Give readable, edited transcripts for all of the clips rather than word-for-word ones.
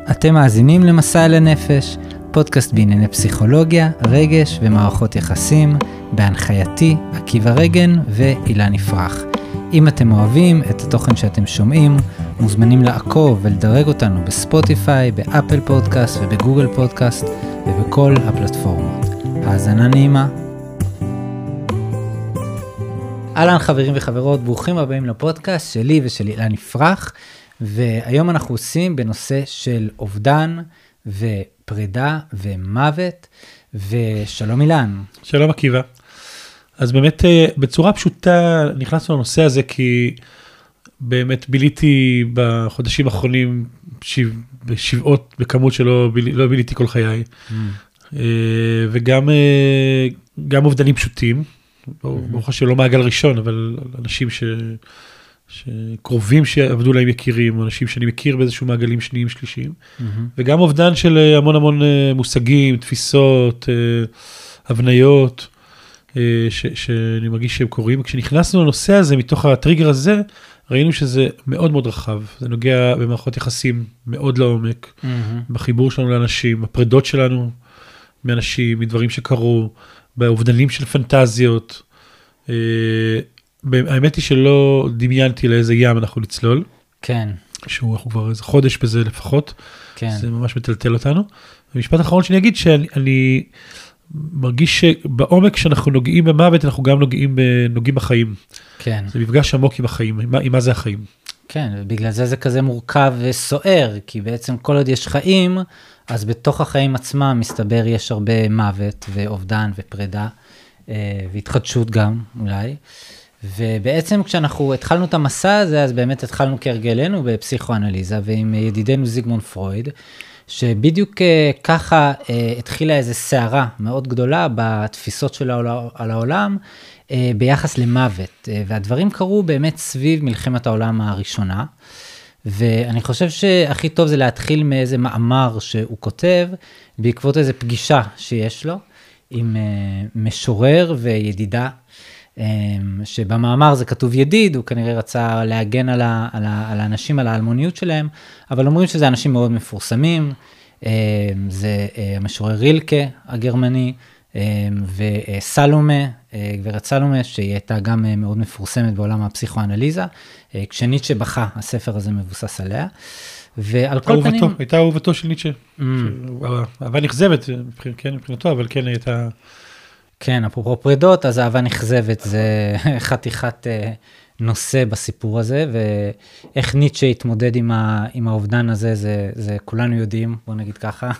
אתם מאזינים למסע אל הנפש, פודקאסט בענייני פסיכולוגיה, רגש ומערכות יחסים, בהנחייתי, עקיבא רגן ואילן יפרח. אם אתם אוהבים את התוכן שאתם שומעים, מוזמנים לעקוב ולדרג אותנו בספוטיפיי, באפל פודקאסט ובגוגל פודקאסט ובכל הפלטפורמות. האזנה נעימה. אהלן חברים וחברות, ברוכים הבאים לפודקאסט שלי ושל אילן יפרח, והיום אנחנו עושים בנושא של אובדן ופרידה ומוות, ושלום אילן. שלום עקיבא. אז באמת בצורה פשוטה נכנסנו לנושא הזה, כי באמת ביליתי בחודשים האחרונים בשבעות בכמות שלא ביליתי כל חיי, וגם אובדנים פשוטים, ברוך השם לא מעגל ראשון, אבל אנשים שקרובים שעבדו להם יקירים, או אנשים שאני מכיר באיזשהו מעגלים שניים שלישיים, וגם אובדן של המון מושגים, תפיסות, הבניות, שאני מרגיש שהם קוראים. כשנכנסנו לנושא הזה, מתוך הטריגר הזה, ראינו שזה מאוד מאוד רחב. זה נוגע במערכות יחסים מאוד לעומק, בחיבור שלנו לאנשים, בפרידות שלנו מאנשים, מדברים שקרו, באובדנים של פנטזיות. האמת היא שלא דמיינתי לאיזה ים אנחנו נצלול. כן. אנחנו כבר איזה חודש בזה לפחות. כן. זה ממש מטלטל אותנו. המשפט האחרון שאני אגיד, שאני מרגיש שבעומק שאנחנו נוגעים במוות, אנחנו גם נוגעים בחיים. כן. זה מפגש עמוק עם החיים, עם מה זה החיים. כן, בגלל זה כזה מורכב וסוער, כי בעצם כל עוד יש חיים, אז בתוך החיים עצמם מסתבר יש הרבה מוות ואובדן ופרידה, והתחדשות גם אולי. ובעצם כשאנחנו התחלנו את המסע הזה, אז באמת התחלנו כהרגלנו בפסיכואנליזה, ועם ידידנו זיגמונד פרויד, שבדיוק ככה התחילה איזו סערה מאוד גדולה בתפיסות שלו על העולם, ביחס למוות, והדברים קרו באמת סביב מלחמת העולם הראשונה, ואני חושב שהכי טוב זה להתחיל מאיזה מאמר שהוא כותב, בעקבות איזו פגישה שיש לו, עם משורר וידידה, שבמאמר זה כתוב ידיד, הוא כנראה רצה להגן על האנשים, על האלמוניות שלהם, אבל אומרים שזה אנשים מאוד מפורסמים, זה המשורר רילקה הגרמני, וסלומה, גברת סלומה, שהיא הייתה גם מאוד מפורסמת בעולם הפסיכואנליזה, כשניטשה בכה, הספר הזה מבוסס עליה, ועל כל פנים... הייתה אהובתו של ניטשה, אהבה נכזבת, כן, מבחינתו, אבל כן הייתה... כן, אפרופו פרידות, אז אהבה נכזבת, זה חתיכת נושא בסיפור הזה, ואיך ניטשה התמודד עם האובדן הזה, זה כולנו יודעים, בוא נגיד ככה.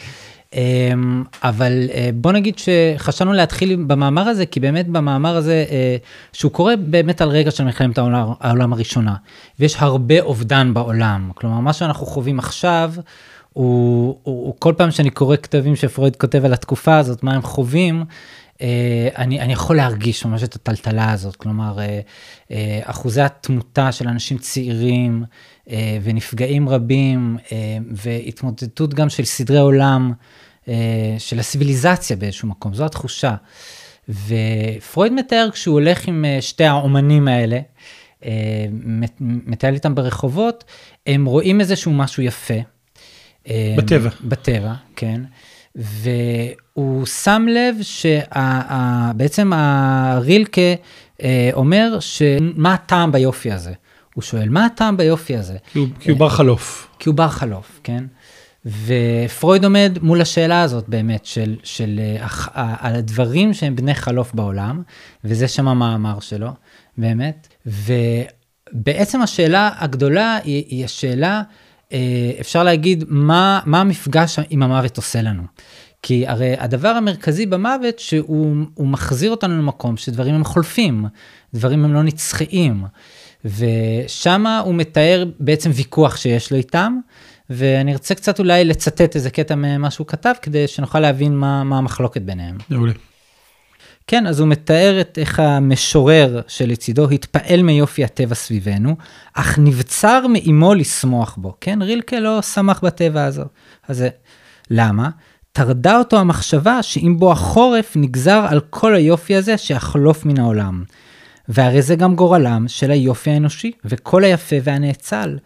אבל בוא נגיד שחשבנו להתחיל במאמר הזה, כי באמת במאמר הזה, שהוא קורא באמת על רגע של מלחמת העולם הראשונה, ויש הרבה אובדן בעולם, כלומר, מה שאנחנו חווים עכשיו, הוא כל פעם שאני קורא כתבים שפרויד כותב על התקופה הזאת, מה הם חווים, אני יכול להרגיש ממש את הטלטלה הזאת, כלומר, אחוזי התמותה של אנשים צעירים, ונפגעים רבים, והתמודדות גם של סדרי עולם, של הסיביליזציה באיזשהו מקום, זו התחושה. ופרויד מתאר כשהוא הולך עם שתי האומנים האלה, מטייל איתם ברחובות, הם רואים איזשהו משהו יפה. בטבע, כן. והוא שם לב שבעצם הרילקה אומר שמה הטעם ביופי הזה? הוא שואל, מה הטעם ביופי הזה? כי הוא בר חלוף. כי הוא בר חלוף, כן? ופרויד עומד מול השאלה הזאת באמת, על הדברים שהם בני חלוף בעולם, וזה שם המאמר שלו, באמת. ובעצם השאלה הגדולה היא השאלה, אפשר להגיד, מה המפגש עם המוות עושה לנו? כי הרי הדבר המרכזי במוות, שהוא מחזיר אותנו למקום שדברים הם חולפים, דברים הם לא נצחיים, ושם הוא מתאר בעצם ויכוח שיש לו איתם, ואני רוצה קצת אולי לצטט איזה קטע ממה שהוא כתב, כדי שנוכל להבין מה המחלוקת ביניהם. מעולה. כן, אז הוא מתאר את איך המשורר שלצידו התפעל מיופי הטבע סביבנו, אך נבצר מאימו לשמוח בו, כן? רילקה לא שמח בטבע הזו. אז למה? תרדה אותו המחשבה שאם בו החורף נגזר על כל היופי הזה שיחלוף מן העולם. והרי זה גם גורלם של היופי האנושי, וכל היפה והנאצל.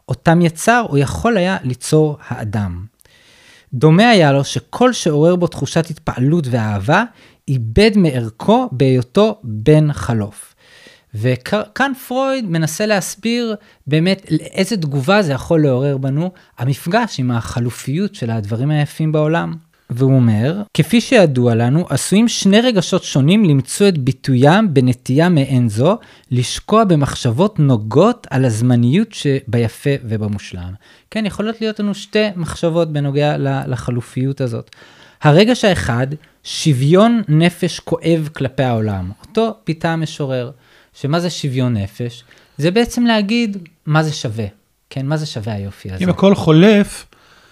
אותם יצר או יכול היה ליצור האדם. דומה היה לו שכל שעורר בו תחושת התפעלות ואהבה, איבד מערכו בהיותו בן חלוף. וכאן פרויד מנסה להסביר באמת איזה תגובה זה יכול לעורר בנו, המפגש עם החלופיות של הדברים היפים בעולם. והוא אומר, כפי שידוע לנו, עשויים שני רגשות שונים למצוא את ביטוים בנטייה מעין זו, לשקוע במחשבות נוגות על הזמניות שביפה ובמושלם. כן, יכולות להיות לנו שתי מחשבות בנוגע לחלופיות הזאת. הרגש האחד, שוויון נפש כואב כלפי העולם. אותו ביטא המשורר, שמה זה שוויון נפש? זה בעצם להגיד מה זה שווה. כן, מה זה שווה היופי הזה? אם הכל חולף,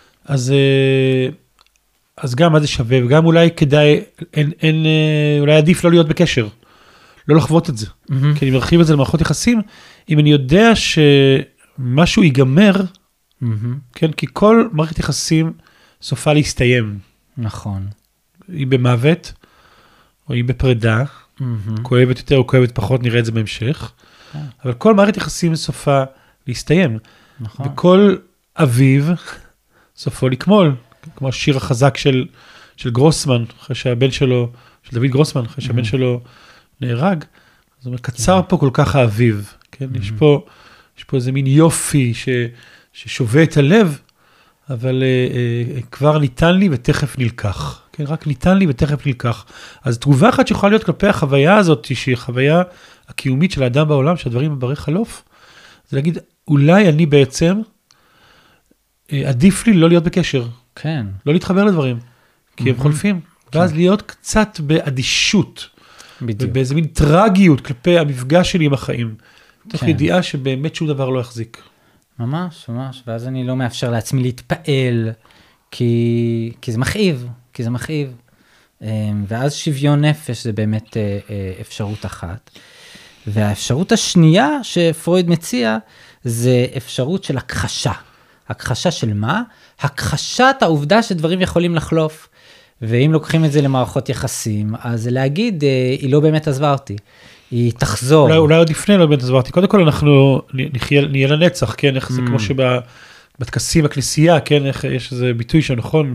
אז גם מה זה שווה, וגם אולי כדאי, אולי עדיף לא להיות בקשר, לא לחוות את זה. כי אני מרחיב את זה למערכות יחסים, אם אני יודע שמשהו ייגמר, כן, כי כל מערכת יחסים סופה להסתיים. נכון. היא במוות, או היא בפרידה, כואבת יותר או כואבת פחות, נראה את זה בהמשך, אבל כל מערכת יחסים סופה להסתיים. נכון. וכל אביב סופו לקמול. כמו השיר החזק של גרוסמן, אחרי שהבן שלו, של דוד גרוסמן, אחרי שהבן שלו נהרג, זאת אומרת, קצר פה כל כך האביב, כן? יש פה איזה מין יופי ששובה את הלב, אבל כבר ניתן לי ותכף נלקח, כן? רק ניתן לי ותכף נלקח. אז תגובה אחת שיכולה להיות כלפי החוויה הזאת, שהיא חוויה הקיומית של האדם בעולם, שהדברים ברי חלוף, זה להגיד, אולי אני בעצם, עדיף לי לא להיות בקשר. כן. לא להתחבר לדברים, כי הם חולפים. ואז להיות קצת באדישות. בדיוק. ובאיזה מין טרגיות כלפי המפגש שלי עם החיים. תוך ידיעה שבאמת שום דבר לא יחזיק. ממש, ממש. ואז אני לא מאפשר לעצמי להתפעל, כי זה מכאיב. כי זה מכאיב. ואז שוויון נפש זה באמת אפשרות אחת. והאפשרות השנייה שפרויד מציע, זה אפשרות של הכחשה. הכחשה של מה? הכחשת העובדה שדברים יכולים לחלוף. ואם לוקחים את זה למערכות יחסים, אז להגיד, היא לא באמת עזבה אותי. היא תחזור. אולי עוד לפני לא באמת עזבה אותי. קודם כל אנחנו נהיה לנצח, כן? איך זה כמו שבתקסים, הכנסייה, כן? איך יש איזה ביטוי שנכון,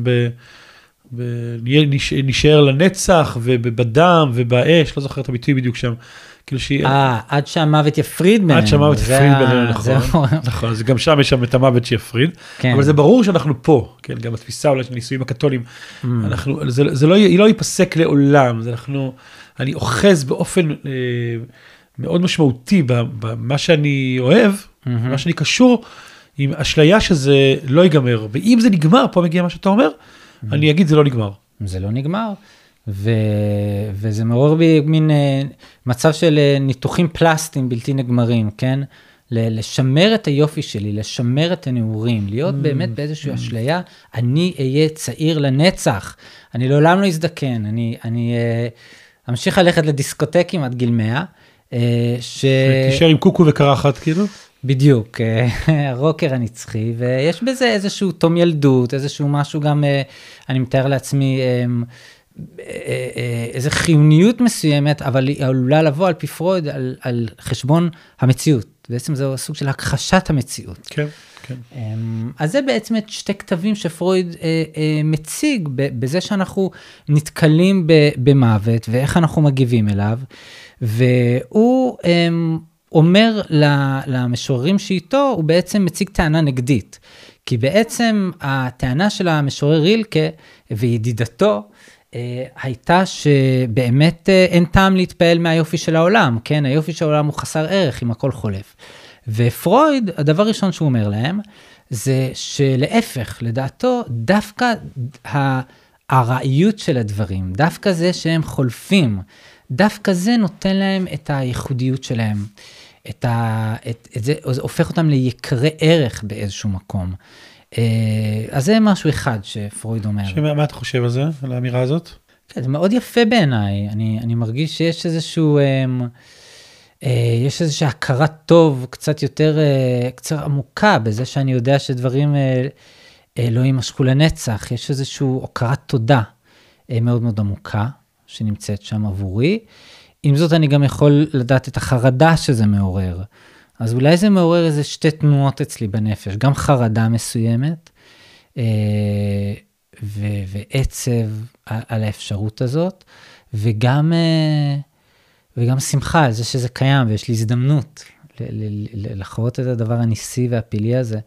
נשאר לנצח, ובדם, ובאש, לא זוכר את הביטוי בדיוק שם. עד שהמוות יפריד בינינו. עד שהמוות יפריד בינינו, נכון. נכון, אז גם שם יש שם את המוות שיפריד. אבל זה ברור שאנחנו פה, כן, גם התפיסה אולי של נישואים הקתולים. זה לא ייפסק לעולם, אני אוחז באופן מאוד משמעותי במה שאני אוהב, במה שאני קשור, עם אשליה שזה לא ייגמר. ואם זה נגמר, פה מגיע מה שאתה אומר, אני אגיד זה לא נגמר. זה לא נגמר. וזה מעורר בי מין מצב של ניתוחים פלסטיים בלתי נגמרים, כן? לשמר את היופי שלי, לשמר את הנעורים, להיות באמת באיזושהי אשליה, אני אהיה צעיר לנצח, אני לעולם לא אזדקן, אני אמשיך ללכת לדיסקוטקים עד גיל 100, תישאר עם קוקו וקרחת, כאילו? בדיוק, הרוקר הנצחי, ויש בזה איזשהו תום ילדות, איזשהו משהו גם, אני מתאר לעצמי, איזו חיוניות מסוימת, אבל היא עלולה לבוא על פי פרויד על חשבון המציאות. בעצם זה סוג של הכחשת המציאות. כן, כן. אז זה בעצם את שתי כתבים שפרויד מציג בזה שאנחנו נתקלים במוות ואיך אנחנו מגיבים אליו, והוא אומר למשוררים שאיתו, הוא בעצם מציג טענה נגדית. כי בעצם הטענה של המשורר רילקה וידידתו, הייתה שבאמת אין טעם להתפעל מהיופי של העולם, כן? היופי של העולם הוא חסר ערך אם הכל חולף. ופרויד, הדבר הראשון שהוא אומר להם, זה שלהפך, לדעתו, דווקא הרעיות של הדברים, דווקא זה שהם חולפים, דווקא זה נותן להם את הייחודיות שלהם, את זה הופך אותם ליקרי ערך באיזשהו מקום. אז זה משהו אחד שפרויד אומר. מה אתה חושב על זה, על האמירה הזאת? כן, זה מאוד יפה בעיניי. אני מרגיש שיש איזושהי הכרת טוב קצת יותר, קצת עמוקה, בזה שאני יודע שדברים לא יימשכו לנצח. יש איזושהי הכרת תודה מאוד מאוד עמוקה, שנמצאת שם עבורי. עם זאת אני גם יכול לדעת את החרדה שזה מעורר. אז אולי זה מעורר איזה שתי תנועות אצלי בנפש, גם חרדה מסוימת, ועצב על האפשרות הזאת, וגם שמחה על זה שזה קיים, ויש לי הזדמנות לחוות את הדבר הניסי והפילי הזה.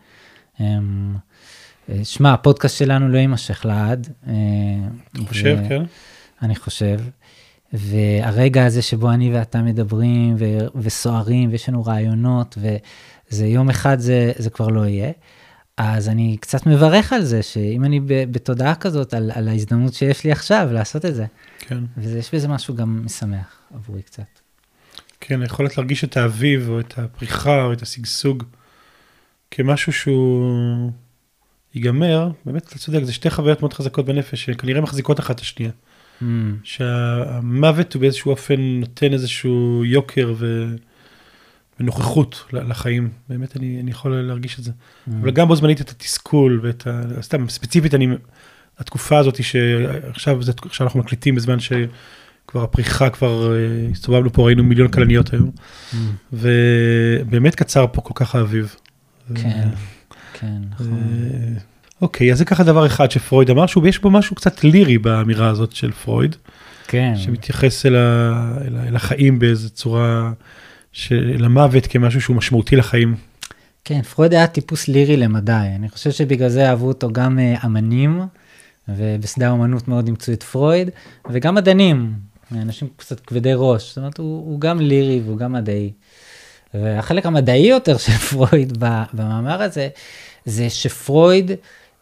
שמע, הפודקאסט שלנו לא יימשך לעד. אני חושב, כן. אני חושב. והרגע הזה שבו אני ואתה מדברים וסוערים, ויש לנו רעיונות, וזה יום אחד זה כבר לא יהיה. אז אני קצת מברך על זה, שאם אני בתודעה כזאת, על ההזדמנות שיש לי עכשיו לעשות את זה. כן. ויש בזה משהו גם משמח עבורי קצת. כן, היכולת להרגיש את האביב, או את הפריחה, או את השגשוג, כמשהו שהוא ייגמר, באמת, אתה צודק, זה שתי חוויות מאוד חזקות בנפש, שכנראה מחזיקות אחת השנייה. שהמוות הוא באיזשהו אופן נותן איזשהו יוקר ונוכחות לחיים. באמת אני יכול להרגיש את זה. אבל גם בו זמנית את התסכול, סתם, ספציפית, התקופה הזאת שעכשיו אנחנו מקליטים בזמן שכבר הפריחה, כבר הסתובבנו פה, ראינו מיליון קלניות היום. ובאמת קצר פה כל כך האביב. כן, כן, נכון. אוקיי, אז זה ככה דבר אחד שפרויד אמר, שיש בו משהו קצת לירי באמירה הזאת של פרויד. כן. שמתייחס אל החיים באיזו צורה, למוות כמשהו שהוא משמעותי לחיים. כן, פרויד היה טיפוס לירי למדי. אני חושב שבגלל זה אהבו אותו גם אמנים, ובשדה האמנות מאוד נמצאו את פרויד, וגם מדענים, אנשים קצת כבדי ראש. זאת אומרת, הוא גם לירי והוא גם מדעי. והחלק המדעי יותר של פרויד במאמר הזה, זה שפרויד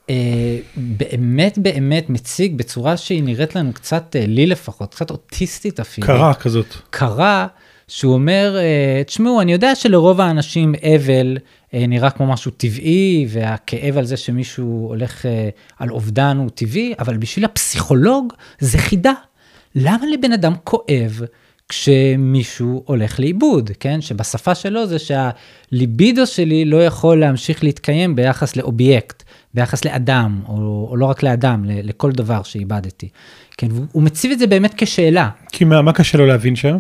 באמת מציג בצורה שהיא נראית לנו קצת, לי לפחות, קצת אוטיסטית אפילו. קרה כזאת. קרה, שהוא אומר, תשמעו, אני יודע שלרוב האנשים אבל נראה כמו משהו טבעי, והכאב על זה שמישהו הולך על אובדן הוא טבעי, אבל בשביל הפסיכולוג זה חידה. למה לבן אדם כואב כשמישהו הולך לאיבוד, כן? שבשפה שלו זה שהליבידו שלי לא יכול להמשיך להתקיים ביחס לאובייקט, ביחס לאדם, או לא רק לאדם, לכל דבר שאיבדתי. כן, הוא מציב את זה באמת כשאלה. כי מה קשה לו להבין שם?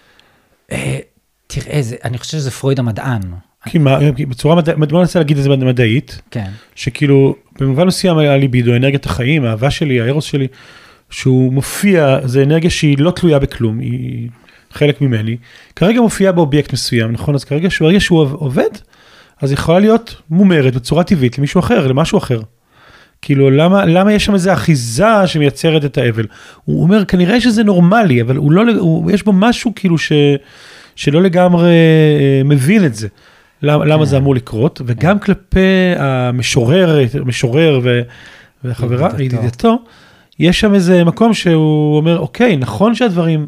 תראה, אני חושב שזה פרויד המדען. כי בצורה בוא ננסה להגיד את זה מדעית, כן. שכאילו, במובן מסוים הליבידו, אנרגיית החיים, האהבה שלי, הארוס שלי, שהוא מופיע, זה אנרגיה שהיא לא תלויה בכלום, היא חלק ממני, כרגע מופיעה באובייקט מסוים, נכון? אז כרגע שהוא עובד, אז יכולה להיות מומרת בצורה טבעית למישהו אחר, למשהו אחר. כאילו, למה יש שם איזו אחיזה שמייצרת את האבל? הוא אומר, כנראה שזה נורמלי, אבל יש בו משהו כאילו שלא לגמרי מבין את זה. למה זה אמור לקרות? וגם כלפי המשורר והחברה, ידידתו, יש שם איזה מקום שהוא אומר, אוקיי, נכון שהדברים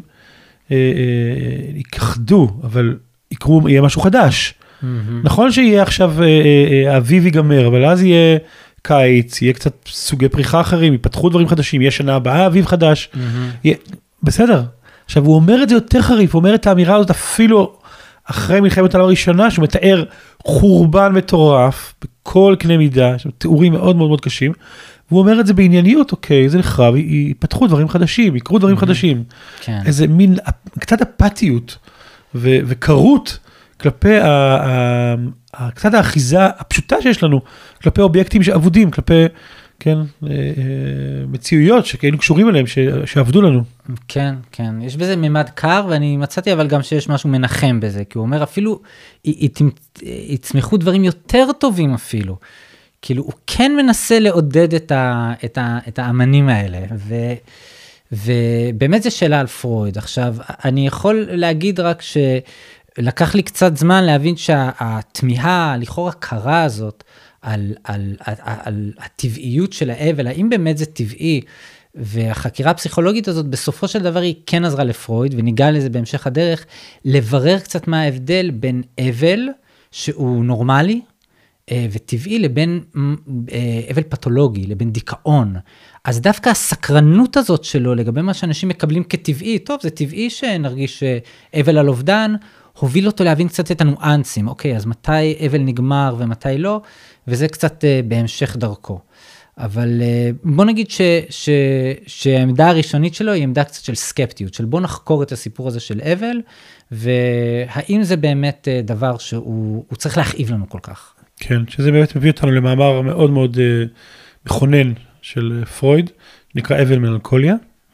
יכחדו, אבל יהיה משהו חדש. נכון שיהיה עכשיו האביב ייגמר, אבל אז יהיה קיץ, יהיה קצת סוגי פריחה אחרים, ייפתחו דברים חדשים, יהיה שנה הבאה אביב חדש. בסדר. עכשיו, הוא אומר את זה יותר חריף, הוא אומר את האמירה הזאת אפילו אחרי מלחמת העולם הראשונה, שהוא מתאר חורבן מטורף, בכל קנה מידה, תיאורים מאוד מאוד מאוד קשים, והוא אומר את זה בענייניות, אוקיי, זה נחרב, ייפתחו דברים חדשים, יקרו דברים חדשים. כן. איזה מין, קצת אפתיות וקרות כלפי קצת האחיזה הפשוטה שיש לנו, כלפי אובייקטים שעבודים, כלפי, כן, מציאויות שכאילו קשורים אליהם, שעבדו לנו. כן, כן. יש בזה ממד קר, ואני מצאתי אבל גם שיש משהו מנחם בזה, כי הוא אומר אפילו, יצמחו דברים יותר טובים אפילו. כאילו, הוא כן מנסה לעודד את האמנים האלה, ובאמת זה שאלה על פרויד. עכשיו, אני יכול להגיד רק שלקח לי קצת זמן להבין שהתמיהה, לכאורה הקרה הזאת, על הטבעיות של האבל, האם באמת זה טבעי, והחקירה הפסיכולוגית הזאת בסופו של דבר היא כן עזרה לפרויד, וניגע לזה בהמשך הדרך, לברר קצת מה ההבדל בין אבל, שהוא נורמלי, וטבעי לבין אבל פתולוגי, לבין דיכאון. אז דווקא הסקרנות הזאת שלו, לגבי מה שאנשים מקבלים כטבעי, טוב, זה טבעי שנרגיש אבל על אובדן, הוביל אותו להבין קצת את הנואנסים, אוקיי, אז מתי אבל נגמר ומתי לא, וזה קצת בהמשך דרכו. אבל בוא נגיד שהעמדה הראשונית שלו היא עמדה קצת של סקפטיות, של בוא נחקור את הסיפור הזה של אבל, והאם זה באמת דבר שהוא צריך להכאיב לנו כל כך. כן, שזה באמת מביא אותנו למאמר מאוד מאוד מכונן של פרויד, נקרא אבל מלנכוליה.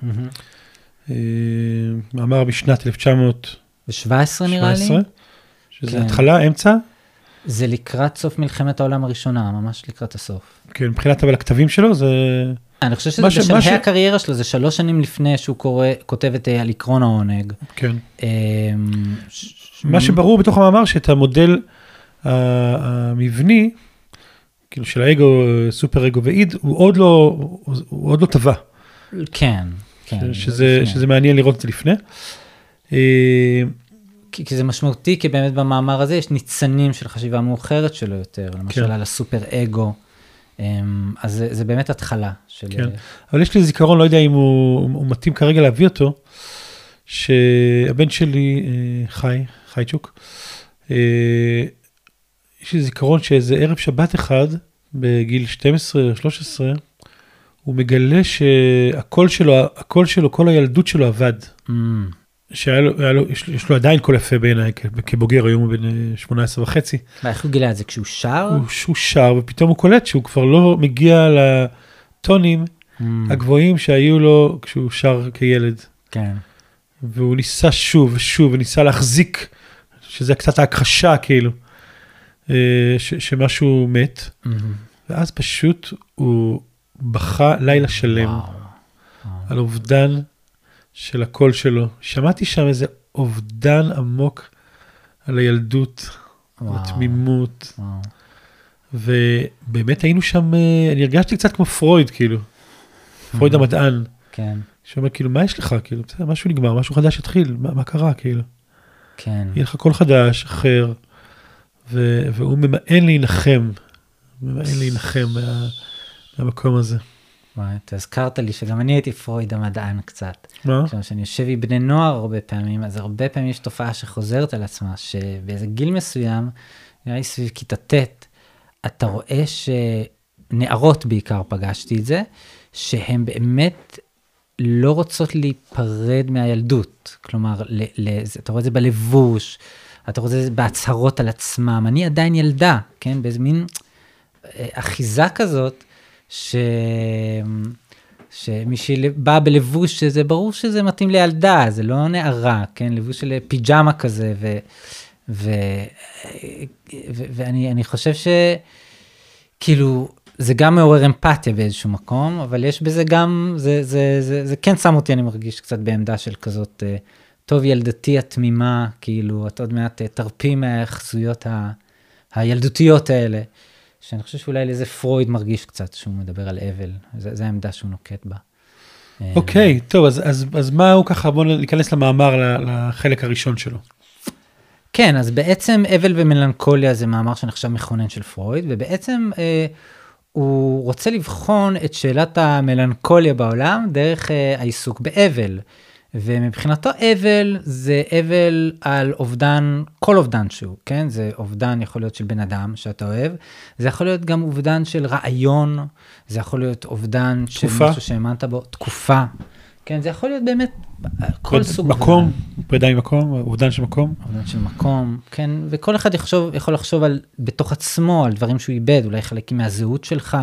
מאמר בשנת 1917 נראה לי. שזה התחלה, אמצע. זה לקראת סוף מלחמת העולם הראשונה, ממש לקראת הסוף. כן, מבחינת אבל הכתבים שלו זה... אני חושב שזה בשלהי הקריירה שלו, זה 3 שנים לפני שהוא כותב את על עקרון העונג. כן. מה שברור בתוך המאמר, שאת המודל המבני, כאילו של האגו, סופר אגו ואיד, הוא עוד לא טבע. כן, כן. שזה מעניין לראות את זה לפני. כי זה משמעותי, כי באמת במאמר הזה יש ניצנים של חשיבה מאוחרת שלו יותר, למשל על הסופר אגו, אז זה באמת התחלה של... כן, אבל יש לי זיכרון, לא יודע אם הוא מתאים כרגע להביא אותו, שהבן שלי, חייצ'וק, יש לי זיכרון שאיזה ערב שבת אחד, בגיל 12 או 13, הוא מגלה שהקול שלו, כל הילדות שלו עבד. יש לו עדיין קול יפה בעיניי, כבוגר, היום הוא בן 18 וחצי. איך הוא גילה את זה? כשהוא שר? הוא שר, ופתאום הוא קולט שהוא כבר לא מגיע לטונים הגבוהים שהיו לו כשהוא שר כילד. כן. והוא ניסה שוב ושוב, וניסה להחזיק, שזה קצת ההכחשה כאילו, שמשהו מת. ואז פשוט הוא בכה לילה שלם על אובדן של הקול שלו. שמעתי שם איזה אובדן עמוק על הילדות, התמימות. ובאמת היינו שם, אני הרגשתי קצת כמו פרויד, כאילו. פרויד המדען. כן. שאומר, כאילו, מה יש לך? כאילו, משהו נגמר, משהו חדש התחיל, מה קרה, כאילו? כן. יהיה לך קול חדש, אחר, והוא ממאן להינחם, מהמקום הזה. אתה הזכרת לי שגם אני הייתי פרויד המדען קצת. מה? כשאני יושב עם בני נוער הרבה פעמים, אז הרבה פעמים יש תופעה שחוזרת על עצמה, שבאיזה גיל מסוים, נראה לי סביב כיתה ט', אתה רואה שנערות בעיקר פגשתי את זה, שהן באמת לא רוצות להיפרד מהילדות. כלומר, אתה רואה את זה בלבוש, אתה רואה את זה בהצהרות על עצמם. אני עדיין ילדה, כן? באיזה מין אחיזה כזאת, שמי שבא בלבוש, זה ברור שזה מתאים לילדה, זה לא נערה, כן? לבוש של פיג'מה כזה, ואני חושב שכאילו, זה גם מעורר אמפתיה באיזשהו מקום, אבל יש בזה גם, זה כן שם אותי, אני מרגיש קצת בעמדה של כזאת, טוב ילדתי התמימה, כאילו, את עוד מעט תרפי מהיחסויות הילדותיות האלה, שאני חושב שאולי לאיזה פרויד מרגיש קצת, שהוא מדבר על אבל, זה העמדה שהוא נוקט בה. אוקיי, טוב, אז מה הוא ככה, בואו ניכנס למאמר, לחלק הראשון שלו. כן, אז בעצם אבל ומלנכוליה זה מאמר שנחשב מכונן של פרויד, ובעצם הוא רוצה לבחון את שאלת המלנכוליה בעולם דרך העיסוק באבל, ומבחינתו אבל זה אבל על אובדן, כל אובדן שהוא, כן? זה אובדן יכול להיות של בן אדם שאתה אוהב, זה יכול להיות גם אובדן של רעיון, זה יכול להיות אובדן של משהו שהאמנת בו, תקופה, כן? זה יכול להיות באמת כל סוג מקום, פרידה ממקום, אובדן של מקום. אובדן של מקום, כן? וכל אחד יכול לחשוב בתוך עצמו, על דברים שהוא איבד, אולי חלקים מהזהות שלך,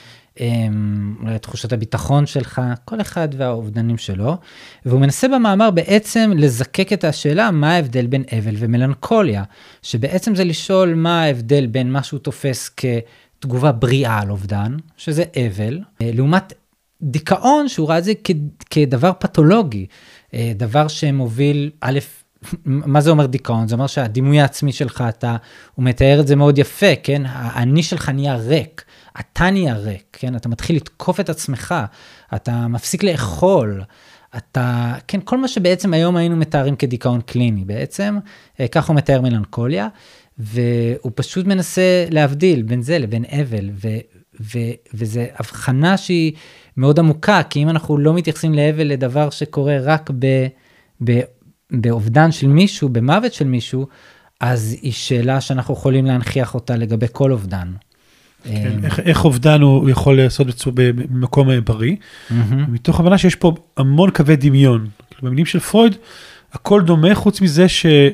אולי תחושת הביטחון שלך, כל אחד והאובדנים שלו, והוא מנסה במאמר בעצם לזקק את השאלה, מה ההבדל בין אבל ומלנכוליה, שבעצם זה לשאול מה ההבדל בין מה שהוא תופס כתגובה בריאה על אובדן, שזה אבל, לעומת דיכאון שהוא ראה את זה כדבר פתולוגי, דבר שמוביל, א', מה זה אומר דיכאון? זה אומר שהדימוי העצמי שלך, הוא מתאר את זה מאוד יפה, כן? האני שלך נהיה ריק, אתה נהיה ריק, כן? אתה מתחיל לתקוף את עצמך, אתה מפסיק לאכול, כן, כל מה שבעצם היום היינו מתארים כדיכאון קליני, בעצם, כך הוא מתאר מלנכוליה, והוא פשוט מנסה להבדיל בין זה לבין אבל, וזה הבחנה שהיא מאוד עמוקה, כי אם אנחנו לא מתייחסים לאבל לדבר שקורה רק באובדן של מישהו, במוות של מישהו, אז היא שאלה שאנחנו יכולים להנחיח אותה לגבי כל אובדן. כן, איך אובדן הוא יכול לעשות במקום בריא, מתוך הבנה שיש פה המון קווי דמיון. במילים של פרויד, הכל דומה, חוץ מזה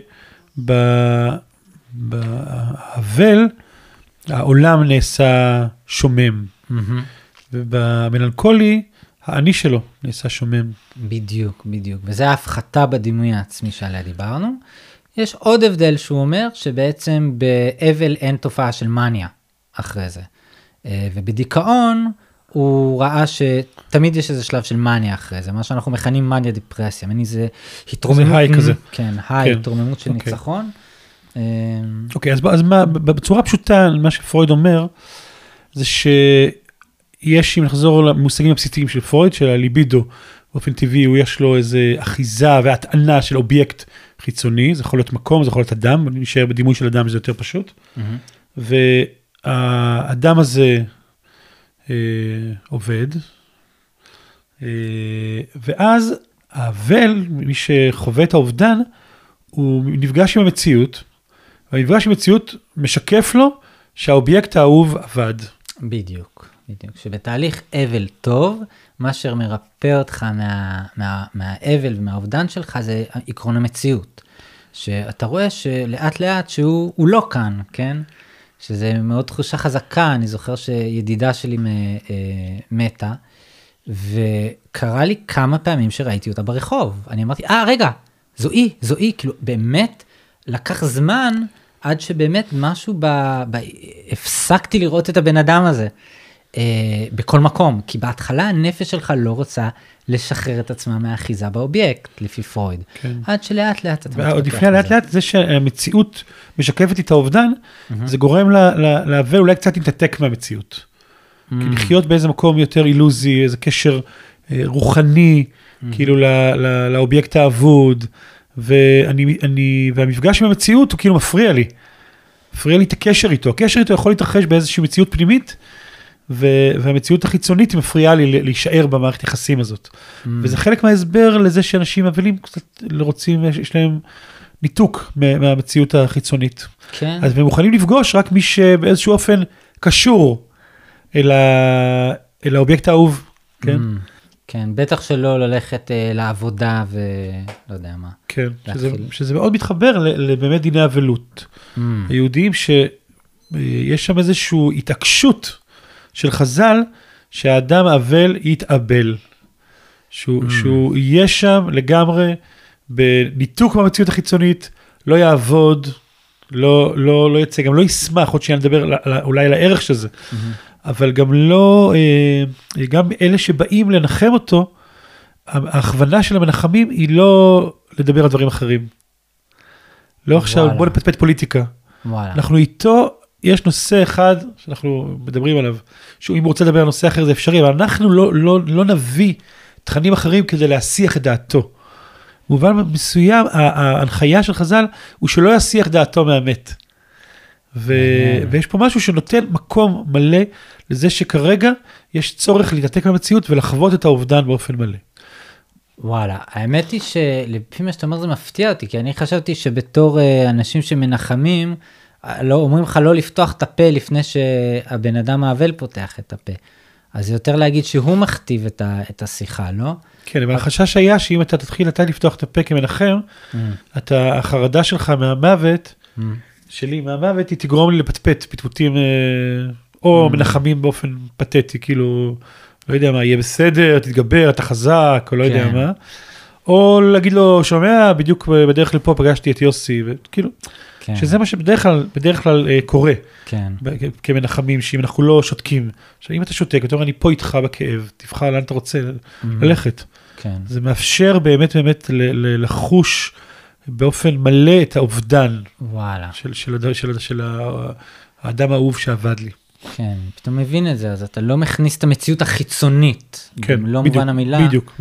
שבהבל, העולם נעשה שומם, ובמלנכולי, האני שלו נעשה שומם. בדיוק, בדיוק. וזה ההפחתה בדימוי העצמי שעליה דיברנו. יש עוד הבדל שהוא אומר, שבעצם באבל אין תופעה של מניה אחרי זה. ובדיכאון, הוא ראה שתמיד יש איזה שלב של מניה אחרי זה, מה שאנחנו מכנים מניה דיפרסיה, מני זה התרוממות. זה היי כזה. כן, היי, התרוממות של ניצחון. אוקיי, אז בצורה פשוטה, מה שפרויד אומר, זה שיש, אם נחזור למושגים הבסיסיים של פרויד, של הליבידו, באופן טבעי, הוא יש לו איזה אחיזה והטענה של אובייקט חיצוני, זה יכול להיות מקום, זה יכול להיות אדם, אני נשאר בדימוי של אדם, זה יותר פשוט. והאדם הזה עובד, ואז האבל, מי שחווה את האובדן, הוא נפגש עם המציאות, והמפגש עם המציאות משקף לו שהאובייקט האהוב עבד. בדיוק, בדיוק. שבתהליך אבל טוב, מה שמרפא אותך מהאבל ומהאובדן שלך, זה עקרון המציאות. שאתה רואה שלאט לאט שהוא לא כאן, כן? שזה מאוד תחושה חזקה, אני זוכר שידידה שלי מתה, וקרה לי כמה פעמים שראיתי אותה ברחוב. אני אמרתי, רגע, זוהי, כאילו באמת לקח זמן עד שבאמת משהו הפסקתי לראות את הבן אדם הזה בכל מקום, כי בהתחלה הנפש שלך לא רוצה לשחרר את עצמה מהאחיזה באובייקט, לפי פרויד. כן. עד שלאט לאט אתה ועוד לפני לאט לאט, זה שהמציאות משקפת את האובדן, זה גורם להבל אולי קצת להתנתק מהמציאות. כי לחיות באיזה מקום יותר אילוזי, איזה קשר רוחני, כאילו לאובייקט האבוד, והמפגש עם המציאות הוא כאילו מפריע לי את הקשר איתו. הקשר איתו יכול להתרחש באיזושהי מציאות פנימית, והמציאות החיצונית מפריעה לי להישאר במערכת יחסים הזאת. וזה חלק מההסבר לזה שאנשים אבלים קצת רוצים, יש להם ניתוק מהמציאות החיצונית. כן. אז הם מוכנים לפגוש רק מי שבאיזשהו אופן קשור אל האובייקט האהוב. כן? כן, בטח שלא ללכת לעבודה ולא יודע מה. כן, שזה מאוד מתחבר לבאמת דיני אבלות. היהודים שיש שם איזושהי התעקשות של חז"ל, שהאדם אבל יתאבל. שהוא יהיה שם לגמרי, בניתוק מהמציאות החיצונית, לא יעבוד, לא יצא, גם לא ישמח, עוד שניה נדבר אולי על הערך של זה. אבל גם לא, גם אלה שבאים לנחם אותו, ההכוונה של המנחמים היא לא לדבר על דברים אחרים. לא עכשיו, בוא נפטפט פוליטיקה. אנחנו איתו, יש נושא אחד שאנחנו מדברים עליו, שאם הוא רוצה לדבר על נושא אחר זה אפשרי, אבל אנחנו לא נביא תכנים אחרים כדי להסיח את דעתו. במובן מסוים, ההנחיה של חז"ל הוא שלא יסיח דעתו מהמת. ויש פה משהו שנותן מקום מלא לזה שכרגע יש צורך להתנתק מהמציאות ולחוות את האובדן באופן מלא. וואלה, האמת היא שלפי מה שאתה אומר זה מפתיע אותי, כי אני חשבתי שבתור אנשים שמנחמים, לא, אומרים לך לא לפתוח את הפה לפני שהבן אדם האבל פותח את הפה. אז זה יותר להגיד שהוא מכתיב את השיחה, לא? כן, אבל החשש היה שאם אתה תתחיל לפתוח את הפה כמנחם, החרדה שלך מהמוות, שלי מהמוות, היא תגרום לי לפטפט, פטפוטים, או מנחמים באופן פתטי, כאילו, לא יודע מה, יהיה בסדר, תתגבר, אתה חזק, או לא יודע מה, או להגיד לו, שומע, בדיוק בדרך לפה פגשתי את יוסי, וכאילו, שזה מה שבדרך כלל קורה, כמנחמים, שאם אנחנו לא שותקים, שאם אתה שותק, אתה אומר, אני פה איתך בכאב, תבחר לאן אתה רוצה ללכת. זה מאפשר באמת לחוש באופן מלא את האובדן של האדם האהוב שעבד לי. כן, פתאום מבין את זה, אז אתה לא מכניס את המציאות החיצונית, לא מובן המילה,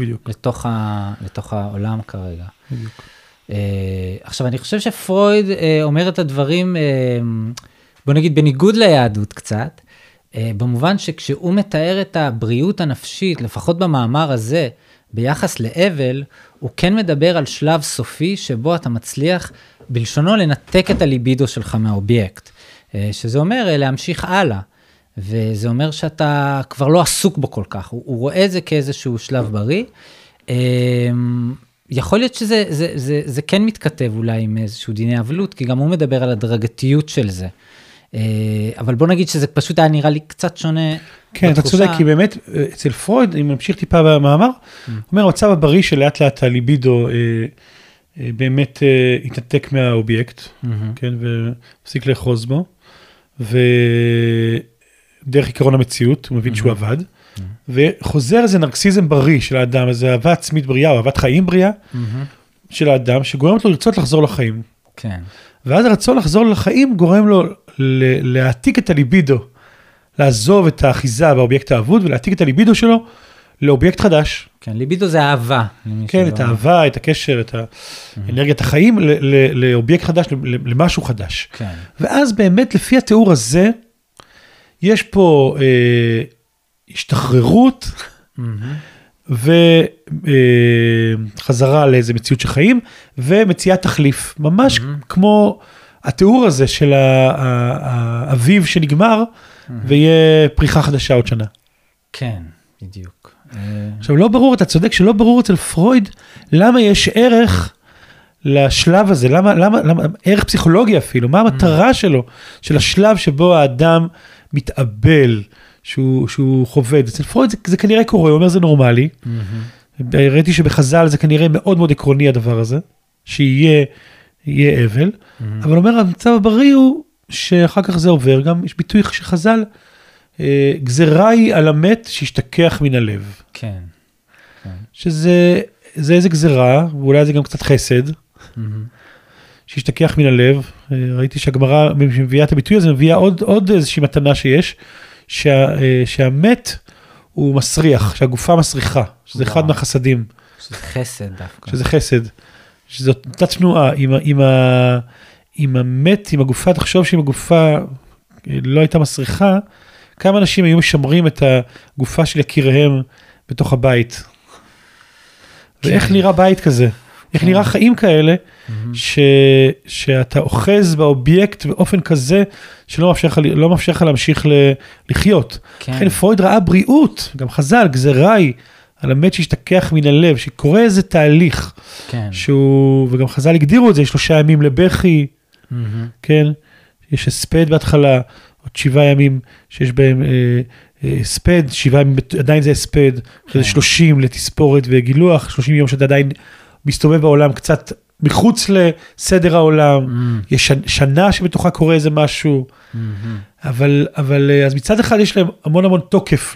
לתוך העולם כרגע. בדיוק. עכשיו, אני חושב שפרויד אומר את הדברים, בוא נגיד, בניגוד ליהדות קצת, במובן שכשהוא מתאר את הבריאות הנפשית, לפחות במאמר הזה, ביחס לאבל, הוא כן מדבר על שלב סופי, שבו אתה מצליח בלשונו לנתק את הליבידו שלך מהאובייקט, שזה אומר להמשיך הלאה. וזה אומר שאתה כבר לא עסוק בו כל כך, הוא רואה את זה כאיזשהו שלב בריא, יכול להיות שזה כן מתכתב אולי עם איזשהו דיני אבלות, כי גם הוא מדבר על הדרגתיות של זה, אבל בוא נגיד שזה פשוט היה נראה לי קצת שונה. כן, אתה צודק, כי באמת אצל פרויד, אם נמשיך טיפה במאמר, הוא אומר, המצב הבריא שלאט לאט הליבידו באמת התנתק מהאובייקט, כן, והפסיק לאחוז בו, ודרך עיקרון המציאות, הוא מבין שהוא עבד, וחוזר איזה נרקסיזם בריא של האדם, איזה אהבה עצמית בריאה, או אהבת חיים בריאה של האדם, שגורמת לו לרצות לחזור לחיים. כן. ואז הרצון לחזור לחיים גורם לו להעתיק את הליבידו, לעזוב את האחיזה באובייקט האבוד, ולהעתיק את הליבידו שלו לאובייקט חדש. כן, ליבידו זה אהבה. כן, את האהבה, את הקשר, את האנרגיית החיים, לאובייקט חדש, למשהו חדש. כן. ואז באמת, לפי התיאור הזה, יש פה השתחררות, וחזרה לאיזה מציאות של חיים, ומציאת תחליף. ממש כמו התיאור הזה של האביב שנגמר, ויהיה פריחה חדשה עוד שנה. כן, בדיוק. עכשיו, לא ברור, אתה צודק שלא ברור אצל פרויד, למה יש ערך לשלב הזה, למה ערך פסיכולוגי אפילו, מה המטרה שלו, של השלב שבו האדם מתאבל, שהוא חובד. אצל פרויד זה כנראה קורה, הוא אומר זה נורמלי, ראיתי שבחז"ל זה כנראה מאוד מאוד עקרוני הדבר הזה, שיהיה אבל, אבל אומר, המצב הבריא הוא, שאחר כך זה עובר, גם יש ביטוי שחז"ל, גזרה היא על המת שישתכח מן הלב. כן. שזה איזה גזרה, ואולי זה גם קצת חסד, שישתכח מן הלב. ראיתי שהגמרא מביאה את הביטוי הזה, מביאה עוד איזושהי מתנה שיש, שהמת הוא מסריח, שהגופה מסריחה, שזה אחד מהחסדים. שזה חסד דווקא. שזה חסד. שזאת אותה תנועה, אם המת, אם הגופה, תחשוב שאם הגופה לא הייתה מסריחה, כמה אנשים היו משמרים את הגופה של יקיריהם בתוך הבית. ואיך נראה בית כזה? איך נראה חיים כאלה, שאתה אוחז באובייקט באופן כזה, שלא מאפשר לך להמשיך לחיות. לכן פרויד ראה בריאות, גם חז"ל, גזרה היא, על המת שישתכח מן הלב, שקורה איזה תהליך, וגם חז"ל הגדירו את זה, 3 ימים לבכי, כן, יש הספד בהתחלה, עוד 7 ימים שיש בהם הספד, 7 ימים עדיין זה הספד, זה 30 לתספורת וגילוח, 30 יום שאתה עדיין מסתובב בעולם קצת מחוץ לסדר העולם, יש שנה שבתוכה קורה איזה משהו, אבל אז מצד אחד יש להם המון תוקף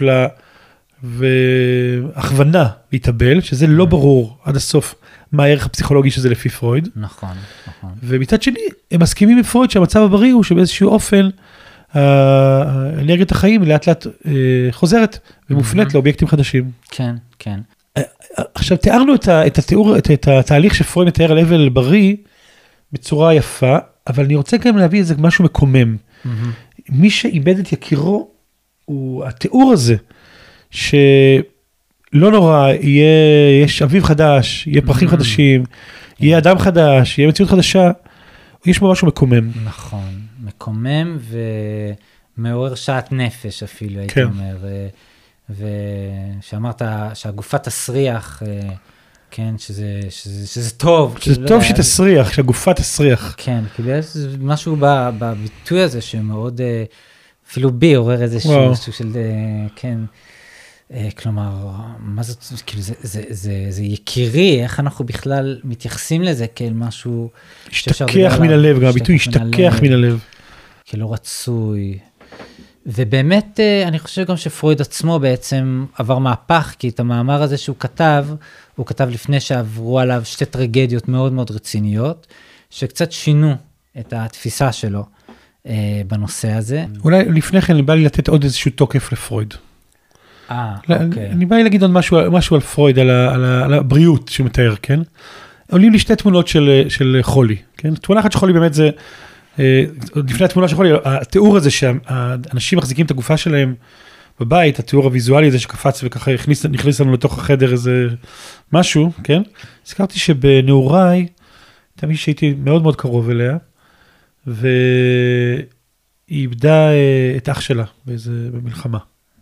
והכוונה להתאבל, שזה לא ברור עד הסוף מה הערך הפסיכולוגי שזה לפי פרויד. נכון. ומצד שני, הם מסכימים עם פרויד שהמצב הבריא הוא שבאיזשהו אופן, אנרגיית החיים לאט לאט חוזרת ומופנית לאובייקטים חדשים. כן. עכשיו, תיארנו את התהליך שפרויד מתאר על אבל בריא בצורה יפה, אבל אני רוצה גם להביא איזה משהו מקומם. מי שאיבד את יקירו, הוא התיאור הזה, שלא נורא, יש אביב חדש, יהיה פרחים חדשים, יהיה אדם חדש, יהיה מציאות חדשה, יש בו משהו מקומם. נכון, מקומם ומעורר שעט נפש אפילו, הייתי אומר, ושאמרת שהגופה תסריח, כן, שזה טוב. שזה טוב שתסריח, שהגופה תסריח. כן, כאילו יש משהו בביטוי הזה שמאוד, אפילו בי עורר איזשהו סוג של, כן, כלומר, מה זאת, כאילו זה יקירי, איך אנחנו בכלל מתייחסים לזה כאל משהו, השתכח מן הלב, גם הביטוי השתכח מן הלב. כאילו רצוי. ובאמת, אני חושב גם שפרויד עצמו בעצם עבר מהפך, כי את המאמר הזה שהוא כתב, הוא כתב לפני שעברו עליו 2 טרגדיות מאוד מאוד רציניות, שקצת שינו את התפיסה שלו בנושא הזה. אולי לפני כן, אני בא לי לתת עוד איזשהו תוקף לפרויד. אוקיי. אני בא לי להגיד עוד משהו על פרויד, על הבריאות שהוא מתאר, כן? עולים לי 2 תמונות של חולי, כן? תמונה אחת של חולי באמת זה, לפני התמונה של חולי, התיאור הזה שהאנשים מחזיקים את הגופה שלהם בבית, התיאור הוויזואלי הזה שקפץ וככה נכניס לנו לתוך החדר איזה משהו, כן? הזכרתי שבנעוריי, תמיד שהייתי מאוד מאוד קרוב אליה, היא איבדה את אח שלה במלחמה.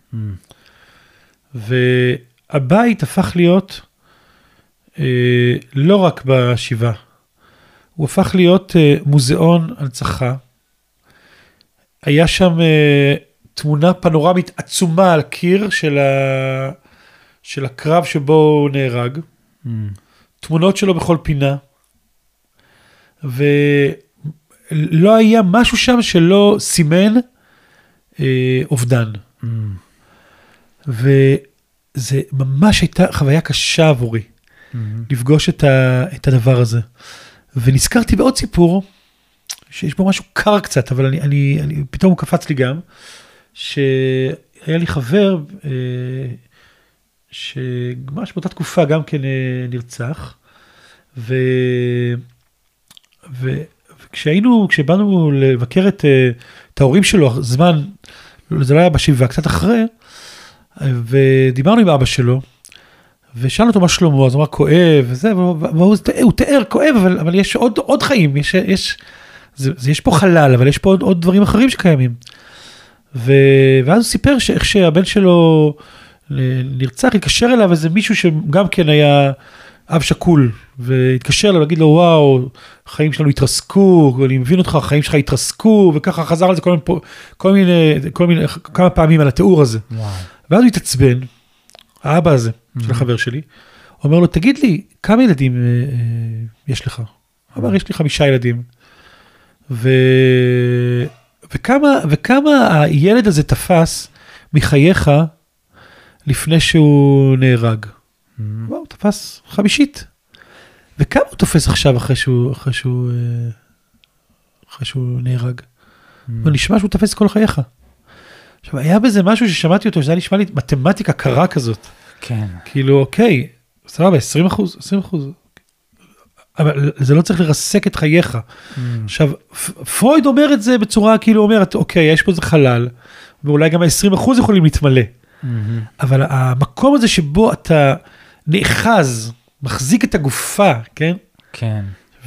והבית הפך להיות לא רק בשבעה, הוא הפך להיות מוזיאון הנצחה. היה שם תמונה פנורמית עצומה על קיר של הקרב שבו הוא נהרג. תמונות שלו בכל פינה. ולא היה משהו שם שלא סימן אובדן. וזה ממש הייתה חוויה קשה עבורי, לפגוש את הדבר הזה. ונזכרתי בעוד סיפור, שיש בו משהו קר קצת, אבל פתאום הוא קפץ לי גם, שהיה לי חבר, שממש באותה תקופה גם כן נרצח, כשבאנו לבקר את ההורים שלו, זמן, זה לא היה בשבעה, קצת אחרי, ודיברנו עם אבא שלו, ושאלנו אותו מה שלמה, אז הוא אמר כואב, וזה, והוא תיאר כואב, אבל יש עוד חיים, יש פה חלל, אבל יש פה עוד דברים אחרים שקיימים. ואז הוא סיפר שאיך שהבן שלו נרצח, התקשר אליו איזה מישהו שגם כן היה אב שקול, והתקשר אליו להגיד לו, וואו, החיים שלנו התרסקו, אני מבין אותך, החיים שלך התרסקו, וככה חזר על זה כמה פעמים על התיאור הזה. ואז הוא התעצבן, האבא הזה של החבר שלי, אומר לו, תגיד לי, כמה ילדים יש לך? הוא אמר, יש לי 5 ילדים. וכמה הילד הזה תפס מחייך לפני שהוא נהרג? הוא תפס 5. וכמה הוא תופס עכשיו אחרי שהוא נהרג? הוא נשמע שהוא תופס כל חייך. עכשיו, היה בזה משהו ששמעתי אותו, שזה היה נשמע לי מתמטיקה קרה כזאת. כן. כאילו, אוקיי, סבבה, 20%. אבל זה לא צריך לרסק את חייך. עכשיו, פרויד אומר את זה בצורה, כאילו אומרת, אוקיי, יש פה איזה חלל, ואולי גם 20% יכולים להתמלא. אבל המקום הזה שבו אתה נאחז, מחזיק את הגופה, כן? כן.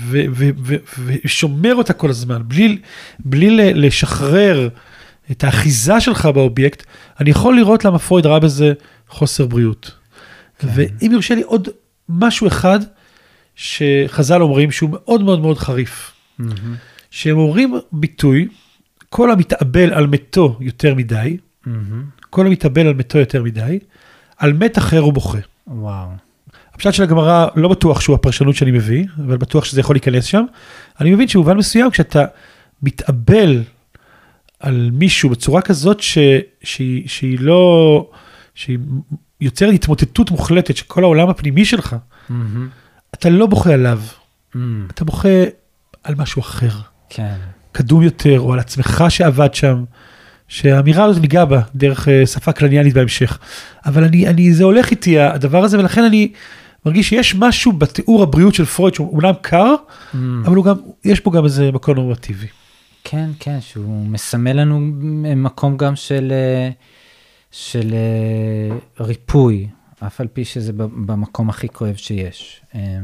ושומר אותה כל הזמן, בלי לשחרר את האחיזה שלך באובייקט, אני יכול לראות למה פרויד ראה בזה חוסר בריאות. כן. ואם יורשה לי עוד משהו אחד, שחז"ל אומרים שהוא מאוד מאוד מאוד חריף, שהם אומרים ביטוי, כל המתאבל על מתו יותר מדי, כל המתאבל על מתו יותר מדי, על מת אחר הוא בוכה. וואו. הפשט של הגמרא לא בטוח שהוא הפרשנות שאני מביא, אבל בטוח שזה יכול להיכנס שם. אני מבין שבמובן מסוים, כשאתה מתאבל על מישהו בצורה כזאת שהיא לא, שהיא יוצרת התמוטטות מוחלטת, שכל העולם הפנימי שלך, אתה לא בוכה עליו, אתה בוכה על משהו אחר. כן. קדום יותר, או על עצמך שעבד שם, שהאמירה הזאת ניגע בה, דרך שפה קלניאלית בהמשך. אבל זה הולך איתי, הדבר הזה, ולכן אני מרגיש שיש משהו בתיאור הבריאות של פרויד, שהוא אולי קר, אבל יש פה גם איזה מקום נורמטיבי. כן, כן, שהוא מסמל לנו מקום גם של ריפוי, אף על פי שזה במקום הכי כואב שיש.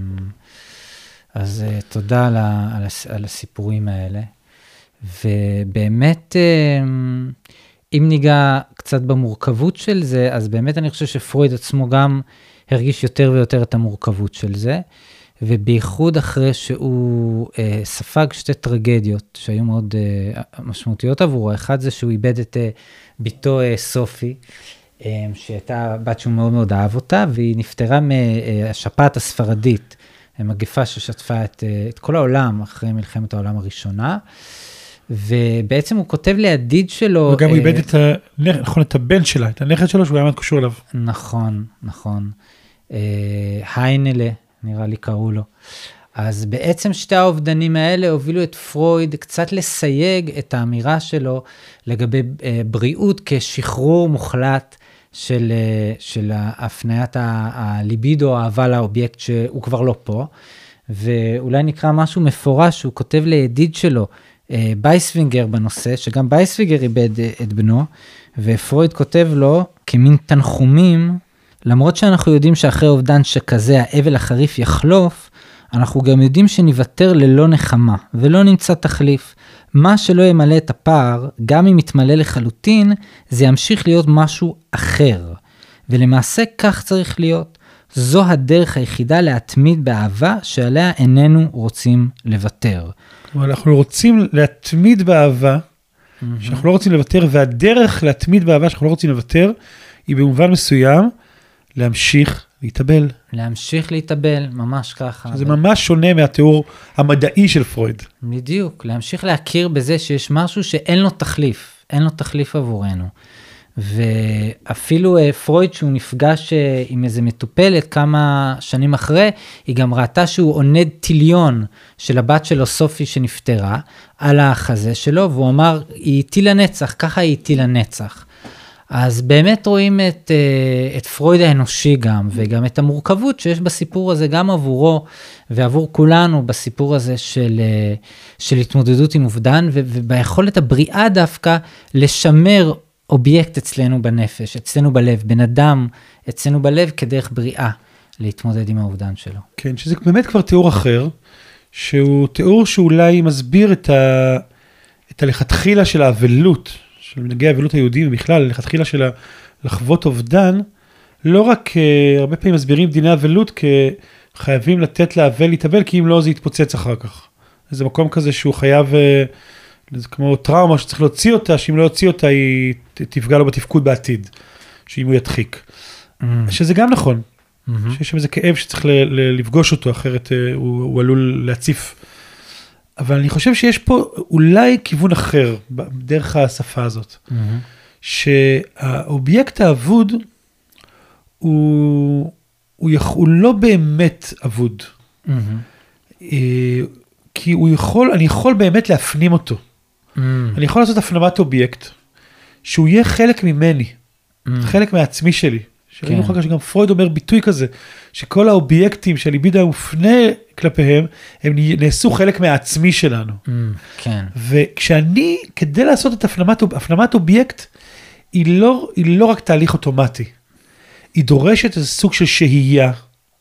אז תודה על הסיפורים האלה. ובאמת, אם ניגע קצת במורכבות של זה, אז באמת אני חושב שפרויד עצמו גם הרגיש יותר ויותר את המורכבות של זה, ובייחוד אחרי שהוא ספג 2 טרגדיות שהיו מאוד משמעותיות עבורו. אחד זה שהוא איבד את ביתו סופי, שהייתה בת שהוא מאוד מאוד אהב אותה, והיא נפטרה מהשפעת הספרדית, מגפה ששטפה את כל העולם אחרי מלחמת העולם הראשונה, ובעצם הוא כותב לידיד שלו... וגם הוא איבד את הבן שלה, את הנכד שלו, שהוא היה מאוד קשור אליו. נכון, נכון. היינלה, נראה לי קראו לו. אז בעצם 2 האובדנים האלה הובילו את פרויד קצת לסייג את האמירה שלו לגבי בריאות כשחרור מוחלט של הפניית הליבידו, האהבה לאובייקט שהוא כבר לא פה. ואולי נקרא משהו מפורש שהוא כותב לידיד שלו, בייסווינגר בנושא, שגם בייסווינגר איבד את בנו, ופרויד כותב לו כמין תנחומים, למרות שאנחנו יודעים שאחרי אובדן שכזה האבל החריף יחלוף, אנחנו גם יודעים שניוותר ללא נחמה, ולא נמצא תחליף, מה שלא ימלא את הפער, גם אם יתמלא לחלוטין, זה ימשיך להיות משהו אחר. ולמעשה כך צריך להיות. זו הדרך היחידה להתמיד באהבה שעליה איננו רוצים לוותר. כלומר, אנחנו רוצים להתמיד באהבה, שאנחנו לא רוצים לוותר, והדרך להתמיד באהבה שאנחנו לא רוצים לוותר, היא במובן מסוים להמשיך להתאבל. להמשיך להתאבל, ממש ככה. זה ממש שונה מהתיאור המדעי של פרויד. בדיוק, להמשיך להכיר בזה שיש משהו שאין לו תחליף, אין לו תחליף עבורנו. ואפילו פרויד שהוא נפגש עם איזה מטופלת כמה שנים אחרי, היא גם ראתה שהוא עונד טיליון של הבת שלו סופי שנפטרה על החזה שלו, והוא אמר, היא איתי לנצח, ככה היא איתי לנצח. אז באמת רואים את פרויד האנושי גם, וגם את המורכבות שיש בסיפור הזה, גם עבורו ועבור כולנו בסיפור הזה של התמודדות עם אובדן, וביכולת הבריאה דווקא לשמר אובייקט אצלנו בנפש, אצלנו בלב, בן אדם אצלנו בלב כדרך בריאה להתמודד עם האובדן שלו. כן, שזה באמת כבר תיאור אחר, שהוא תיאור שאולי מסביר את הלכתחילה של האבלות, של מנהגי האבלות היהודים, ובכלל, הלכתחילה של לחוות אובדן, לא רק, הרבה פעמים מסבירים דיני אבלות, כחייבים לתת לאבל להתאבל, כי אם לא זה יתפוצץ אחר כך. זה מקום כזה שהוא חייב, זה כמו טראומה שצריך להוציא אותה, שאם לא יוציא אותה, היא תפגע לו בתפקוד בעתיד, שאם הוא ידחיק. שזה גם נכון, שיש שם איזה כאב שצריך לפגוש אותו, אחרת הוא עלול להציף. אבל אני חושב שיש פה אולי כיוון אחר, דרך השפה הזאת, שהאובייקט האבוד, הוא לא באמת אבוד, כי אני יכול באמת להפנים אותו. אני יכול לעשות הפנמת אובייקט, שהוא יהיה חלק ממני, חלק מהעצמי שלי. שראינו אחר כך שגם פרויד אומר ביטוי כזה, שכל האובייקטים שהליבידו היה מופנה כלפיהם, הם נעשו חלק מהעצמי שלנו. כן. וכשאני, כדי לעשות את הפנמת אובייקט, היא לא רק תהליך אוטומטי, היא דורשת איזה סוג של שהייה,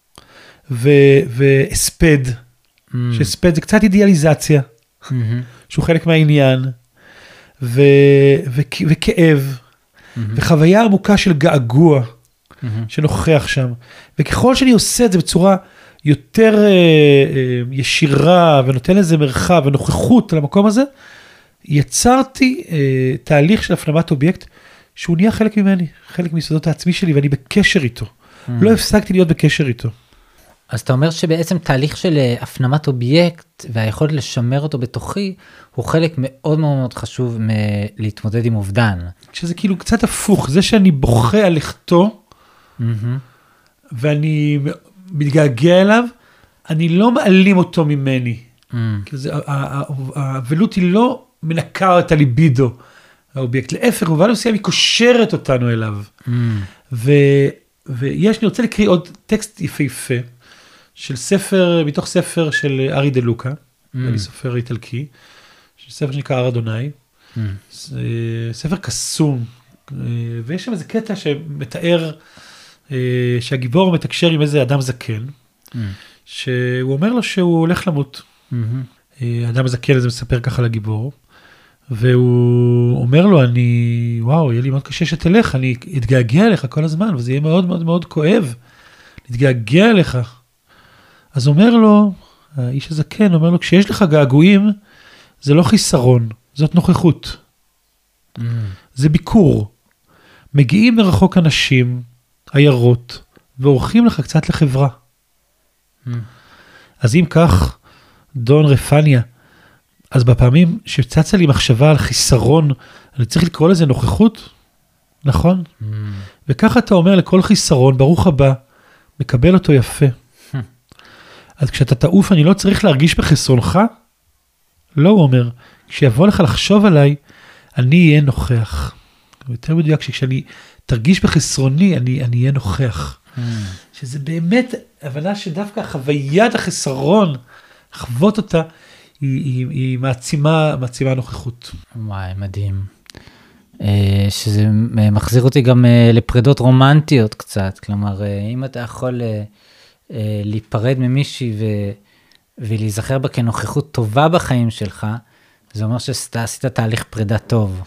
והספד, שהספד זה קצת אידיאליזציה, שהוא חלק מהעניין, וכאב, וחוויה עמוקה של געגוע, שנוכח שם, וככל שאני עושה את זה בצורה יותר ישירה, ונותן לזה מרחב ונוכחות למקום הזה, יצרתי תהליך של הפנמת אובייקט, שהוא נהיה חלק ממני, חלק מיסודות העצמי שלי, ואני בקשר איתו. לא הפסקתי להיות בקשר איתו. אז אתה אומר שבעצם תהליך של הפנמת אובייקט, והיכולת לשמר אותו בתוכי, הוא חלק מאוד מאוד מאוד חשוב להתמודד עם אובדן. שזה כאילו קצת הפוך, זה שאני בוכה על לכתו, ואני מתגעגע אליו, אני לא מעלים אותו ממני. האבלות היא לא מנקה את הליבידו, האובייקט. להפך, במובן מסוים היא קושרת אותנו אליו. אני רוצה לקריא עוד טקסט יפהפה, של ספר, מתוך ספר של ארי דה לוקה, סופר איטלקי, ספר שנקרא הר אדוני, ספר קסום, ויש שם איזה קטע שמתאר, שהגיבור מתקשר עם איזה אדם זקן, שהוא אומר לו שהוא הולך למות. האדם הזקן הזה מספר ככה לגיבור, והוא אומר לו, וואו, יהיה לי מאוד קשה שתלך, אני אתגעגע אליך כל הזמן, וזה יהיה מאוד מאוד מאוד כואב, להתגעגע אליך. אז אומר לו, האיש הזקן אומר לו, כשיש לך געגועים, זה לא חיסרון, זאת נוכחות. זה ביקור. מגיעים מרחוק אנשים, עיירות, ועורכים לך קצת לחברה. אז אם כך, דון רפניה, אז בפעמים שצצה לי מחשבה על חיסרון, אני צריך לקרוא לזה נוכחות, נכון? וככה אתה אומר לכל חיסרון, ברוך הבא, מקבל אותו יפה. אז כשאתה תעוף, אני לא צריך להרגיש בחסרונך? לא, הוא אומר, כשיבוא לך לחשוב עליי, אני אהיה נוכח. יותר מדויק, שכשאני תרגיש בחסרוני, אני אהיה נוכח. שזה באמת הבנה שדווקא חוויית החסרון, לחוות אותה, היא מעצימה נוכחות. וואי, מדהים. שזה מחזיר אותי גם לפרידות רומנטיות קצת, כלומר, אם אתה יכול להיפרד ממישהי ולהיזכר בה כנוכחות טובה בחיים שלך, זה אומר שעשית תהליך פרידה טוב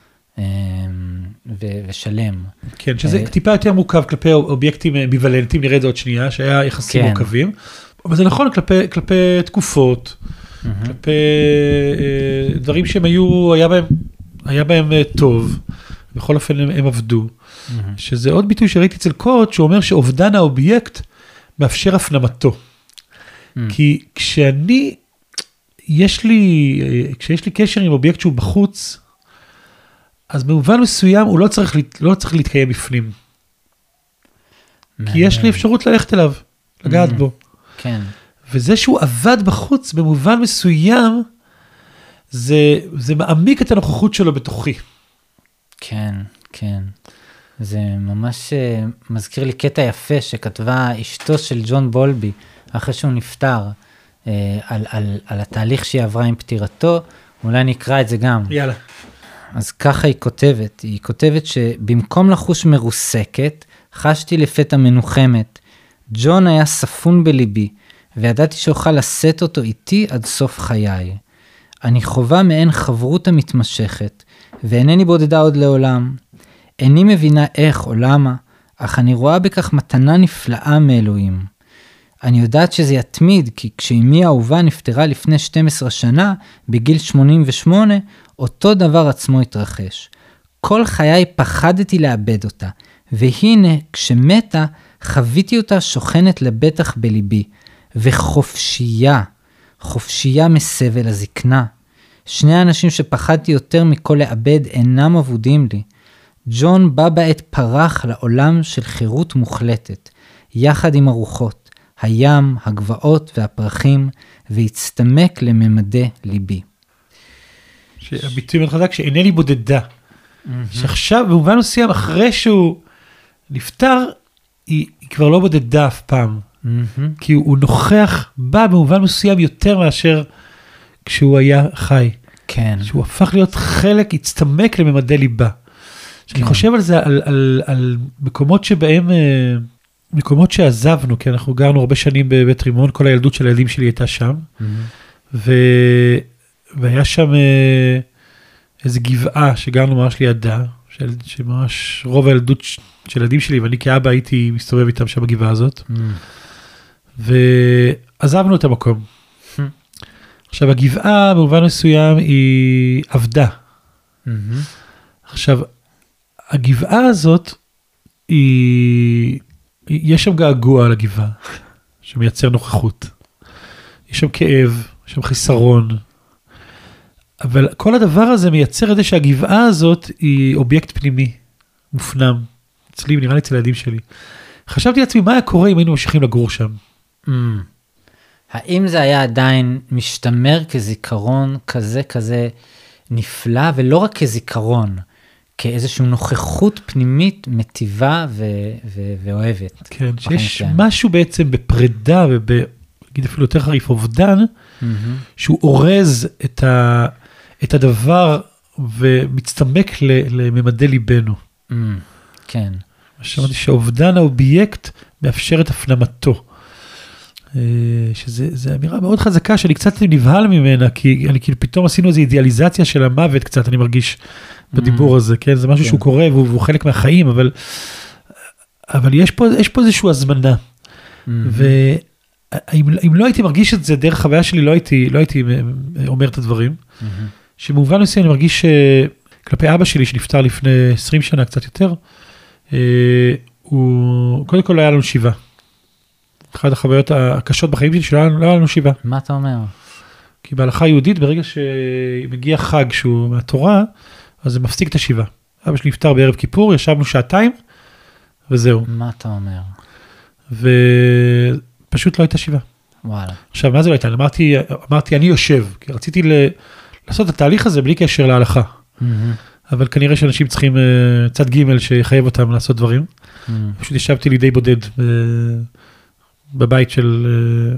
ושלם. כן, שזה טיפה יותר מורכב כלפי אובייקטים אמביוולנטיים, נראה את זה עוד שנייה, שהיה יחסים מורכבים, אבל זה נכון כלפי תקופות, כלפי דברים שהם היה בהם טוב, בכל אופן הם עבדו, שזה עוד ביטוי שראיתי אצל קוט, שהוא אומר שאובדן האובייקט מאפשר הפנמתו. כי כשיש לי קשר עם אובייקט שהוא בחוץ, אז במובן מסוים הוא לא צריך להתקיים בפנים. כי יש לי אפשרות ללכת אליו, לגעת בו. כן. וזה שהוא עבד בחוץ במובן מסוים, זה מעמיק את הנוכחות שלו בתוכי. כן, כן. זה ממש מזכיר לי קטע יפה שכתבה אשתו של ג'ון בולבי, אחרי שהוא נפטר, על התהליך שהיא עברה עם פטירתו, אולי נקרא את זה גם. יאללה. אז ככה היא כותבת שבמקום לחוש מרוסקת, חשתי לפתע מנוחמת. ג'ון היה ספון בליבי, וידעתי שאוכל לשאת אותו איתי עד סוף חיי. אני חובה מעין חברות המתמשכת, ואינני בודדה עוד לעולם. איני מבינה איך או למה, אך אני רואה בכך מתנה נפלאה מאלוהים. אני יודעת שזה יתמיד, כי כשאמי האהובה נפטרה לפני 12 שנה, בגיל 88, אותו דבר עצמו התרחש. כל חיי פחדתי לאבד אותה, והנה, כשמתה, חוויתי אותה שוכנת לבטח בליבי, וחופשייה, חופשייה מסבל הזקנה. שני האנשים שפחדתי יותר מכל לאבד אינם עבודים לי. ג'ון בא בעת פרח לעולם של חירות מוחלטת, יחד עם הרוחות, הים, הגבעות והפרחים, והצטמק לממדי ליבי. הביטוי מאוד חזק, שאינני בודדה. שעכשיו, במובן מסוים, אחרי שהוא נפטר, היא כבר לא בודדה אף פעם. כי הוא נוכח בה במובן מסוים יותר מאשר כשהוא היה חי. כן. שהוא הפך להיות חלק, הצטמק לממדי ליבה. אני חושב על זה, על מקומות שבהם, מקומות שעזבנו, כי אנחנו גרנו הרבה שנים בבית רימון, כל הילדות של הילדים שלי הייתה שם, והיה שם איזו גבעה שגרנו ממש לידה, שממש רוב הילדות של הילדים שלי, ואני כאבא הייתי מסתובב איתם שם בגבעה הזאת, ועזבנו את המקום. עכשיו, הגבעה במובן מסוים היא עבדה. עכשיו, הגבעה הזאת, יש שם געגוע על הגבעה, שמייצר נוכחות. יש שם כאב, יש שם חיסרון, אבל כל הדבר הזה מייצר את זה שהגבעה הזאת היא אובייקט פנימי, מופנם. אצלי, נראה לי אצל הילדים שלי. חשבתי לעצמי, מה היה קורה אם היינו ממשיכים לגור שם? האם זה היה עדיין משתמר כזיכרון כזה נפלא, ולא רק כזיכרון, כאיזושהי נוכחות פנימית מטיבה ואוהבת. כן, שיש משהו בעצם בפרידה, נגיד אפילו יותר חריף, אובדן, שהוא אורז את הדבר ומצטמק לממדי ליבנו. כן. שמעתי שאובדן האובייקט מאפשר את הפנמתו. שזה אמירה מאוד חזקה שאני קצת נבהל ממנה, כי אני כאילו פתאום עשינו איזו אידיאליזציה של המוות קצת, אני מרגיש בדיבור הזה, כן? זה משהו שהוא קורה והוא חלק מהחיים, אבל יש פה איזושהי הזמנה. ואם לא הייתי מרגיש את זה דרך חוויה שלי, לא הייתי אומר את הדברים. שמובן מסוים אני מרגיש כלפי אבא שלי שנפטר לפני 20 שנה, קצת יותר, הוא קודם כל היה לנו שיבה. אחת החוויות הקשות בחיים שלי, שלא היה לנו שיבה. מה אתה אומר? כי בהלכה היהודית, ברגע שמגיע חג שהוא מהתורה, אז זה מפסיק את השיבה. אבא שלי נפטר בערב כיפור, ישבנו שעתיים, וזהו. מה אתה אומר? ופשוט לא הייתה שיבה. וואלה. עכשיו, מה זה לא הייתה? אמרתי, אני יושב, כי רציתי לעשות את התהליך הזה בלי קשר להלכה. אבל כנראה שאנשים צריכים צד ג' שיחייב אותם לעשות דברים. פשוט ישבתי לי די בודד בבית של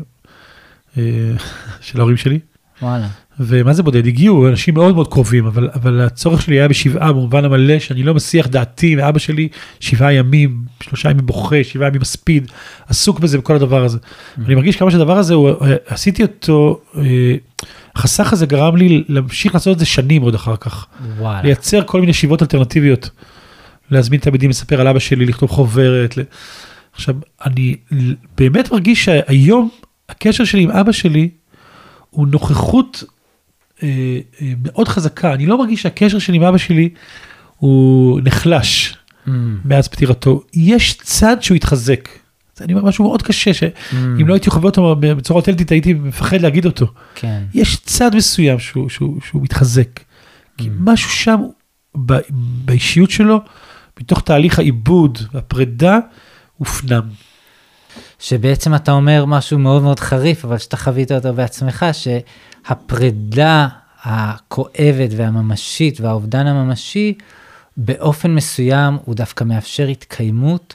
ההורים שלי. וואלה. ומה זה בודד? הגיעו אנשים מאוד מאוד קרובים, אבל הצורך שלי היה בשבעה במובן המלא, שאני לא מסיח דעתי, ואבא שלי 7 ימים, 3 ימים בוכה, 7 ימים מספיד, עסוק בזה בכל הדבר הזה. אני מרגיש כמה שהדבר הזה, עשיתי אותו החסך הזה גרם לי להמשיך לעשות את זה שנים עוד אחר כך. וואלה. לייצר כל מיני ישיבות אלטרנטיביות, להזמין תלמידים לספר על אבא שלי, לכתוב חוברת. עכשיו, אני באמת מרגיש שהיום הקשר שלי עם אבא שלי הוא נוכחות מאוד חזקה. אני לא מרגיש שהקשר שלי עם אבא שלי הוא נחלש מאז פטירתו. יש צד שהוא התחזק. אני אומר משהו מאוד קשה, שאם לא הייתי חווה אותו בצורה אותנטית, הייתי מפחד להגיד אותו. כן. יש צד מסוים שהוא מתחזק. כי משהו שם באישיות שלו, מתוך תהליך העיבוד והפרידה, הופנם. שבעצם אתה אומר משהו מאוד מאוד חריף, אבל שאתה חווית אותו בעצמך, שהפרידה הכואבת והממשית והאובדן הממשי, באופן מסוים הוא דווקא מאפשר התקיימות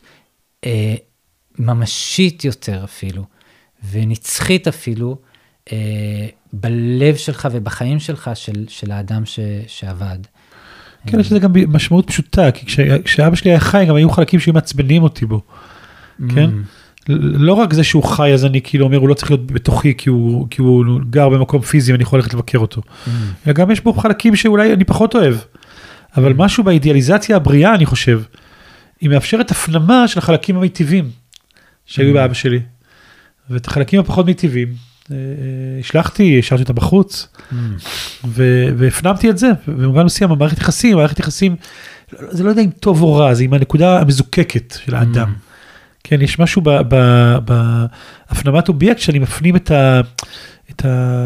ממשית יותר אפילו, ונצחית אפילו, בלב שלך ובחיים שלך של האדם שעבד. כן, יש לזה גם משמעות פשוטה, כי כשאבא שלי היה חי, גם היו חלקים שהיו מעצבנים אותי בו, כן? לא רק זה שהוא חי, אז אני כאילו אומר, הוא לא צריך להיות בתוכי, כי הוא גר במקום פיזי, ואני יכול ללכת לבקר אותו. אלא גם יש בו חלקים שאולי אני פחות אוהב, אבל משהו באידיאליזציה הבריאה, אני חושב, היא מאפשרת הפנמה של החלקים המיטיבים, שהיו באבא שלי, ואת החלקים הפחות מיטיבים, השלחתי אותם בחוץ, והפנמתי את זה, במובן מסוים, מערכת יחסים, זה לא יודע אם טוב או רע, זה עם הנקודה המזוקקת של האדם. כן, יש משהו בהפנמת אובייקט, שאני מפנים את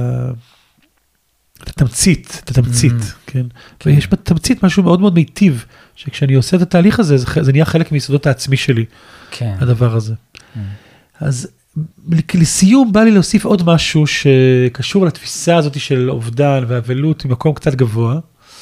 התמצית, כן? ויש בתמצית משהו מאוד מאוד מיטיב, שכשאני עושה את התהליך הזה, זה נהיה חלק מיסודות העצמי שלי, הדבר הזה. אז לסיום בא לי להוסיף עוד משהו שקשור לתפיסה הזאת של אובדן והאבלות ממקום קצת גבוה,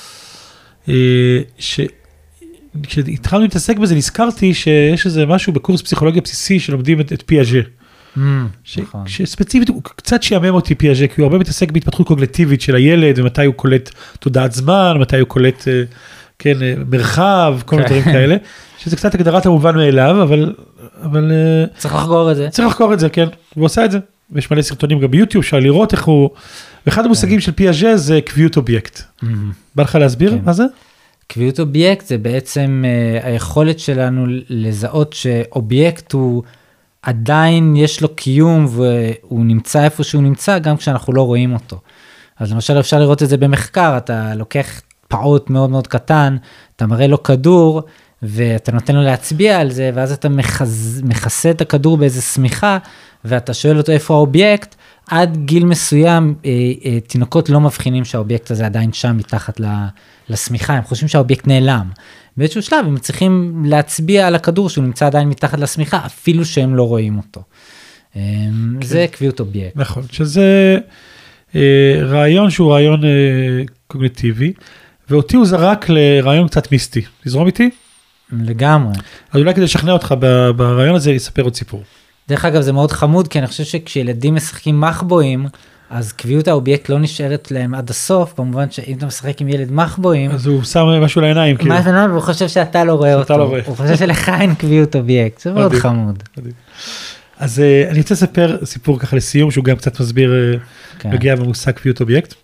כשהתחלנו להתעסק בזה, נזכרתי שיש איזה משהו בקורס פסיכולוגיה בסיסי שלומדים את פיאז'ה. שספציפית הוא קצת שיאמם אותי פיאז'ה, כי הוא הרבה מתעסק בהתפתחות קוגניטיבית של הילד, ומתי הוא קולט תודעת זמן, מתי הוא קולט מרחב, כל מיני דברים כאלה, שזה קצת הגדרת המובן מאליו, אבל צריך לחקור את זה. צריך לחקור את זה, כן, הוא עושה את זה. ויש מלא סרטונים גם ביוטיוב, אפשר לראות איך הוא, ואחד המושגים של פיאז'ה זה קביעות אובייקט. בא לך להסביר מה זה? קביעות אובייקט זה בעצם היכולת שלנו לזהות שאובייקט הוא עדיין יש לו קיום והוא נמצא איפה שהוא נמצא גם כשאנחנו לא רואים אותו. אז למשל אפשר לראות את זה במחקר, אתה לוקח פעוט מאוד מאוד קטן, אתה מראה לו כדור ואתה נותן לו להצביע על זה ואז אתה מכסה את הכדור באיזה סמיכה ואתה שואל אותו איפה האובייקט, עד גיל מסוים תינוקות לא מבחינים שהאובייקט הזה עדיין שם מתחת לסמיכה, הם חושבים שהאובייקט נעלם. באיזשהו שלב הם צריכים להצביע על הכדור שהוא נמצא עדיין מתחת לסמיכה, אפילו שהם לא רואים אותו. זה קביעות אובייקט. נכון, שזה רעיון שהוא רעיון קוגניטיבי, ואותי הוא זרק לרעיון קצת מיסטי. תזרום איתי? לגמרי. אז אולי כדי לשכנע אותך ברעיון הזה, יספר עוד סיפור. דרך אגב, זה מאוד חמוד, כי אני חושב שכשילדים משחקים מחבואים, אז קביעות האובייקט לא נשארת להם עד הסוף, במובן שאם אתה משחק עם ילד מחבואים, אז הוא שם משהו לעיניים, כאילו. משהו לעיניים, והוא חושב שאתה לא רואה אותו. הוא חושב שלך אין קביעות אובייקט, זה מאוד חמוד. אז אני רוצה לספר סיפור ככה לסיום, שהוא גם קצת מסביר, מגיע במושג קביעות אובייקט,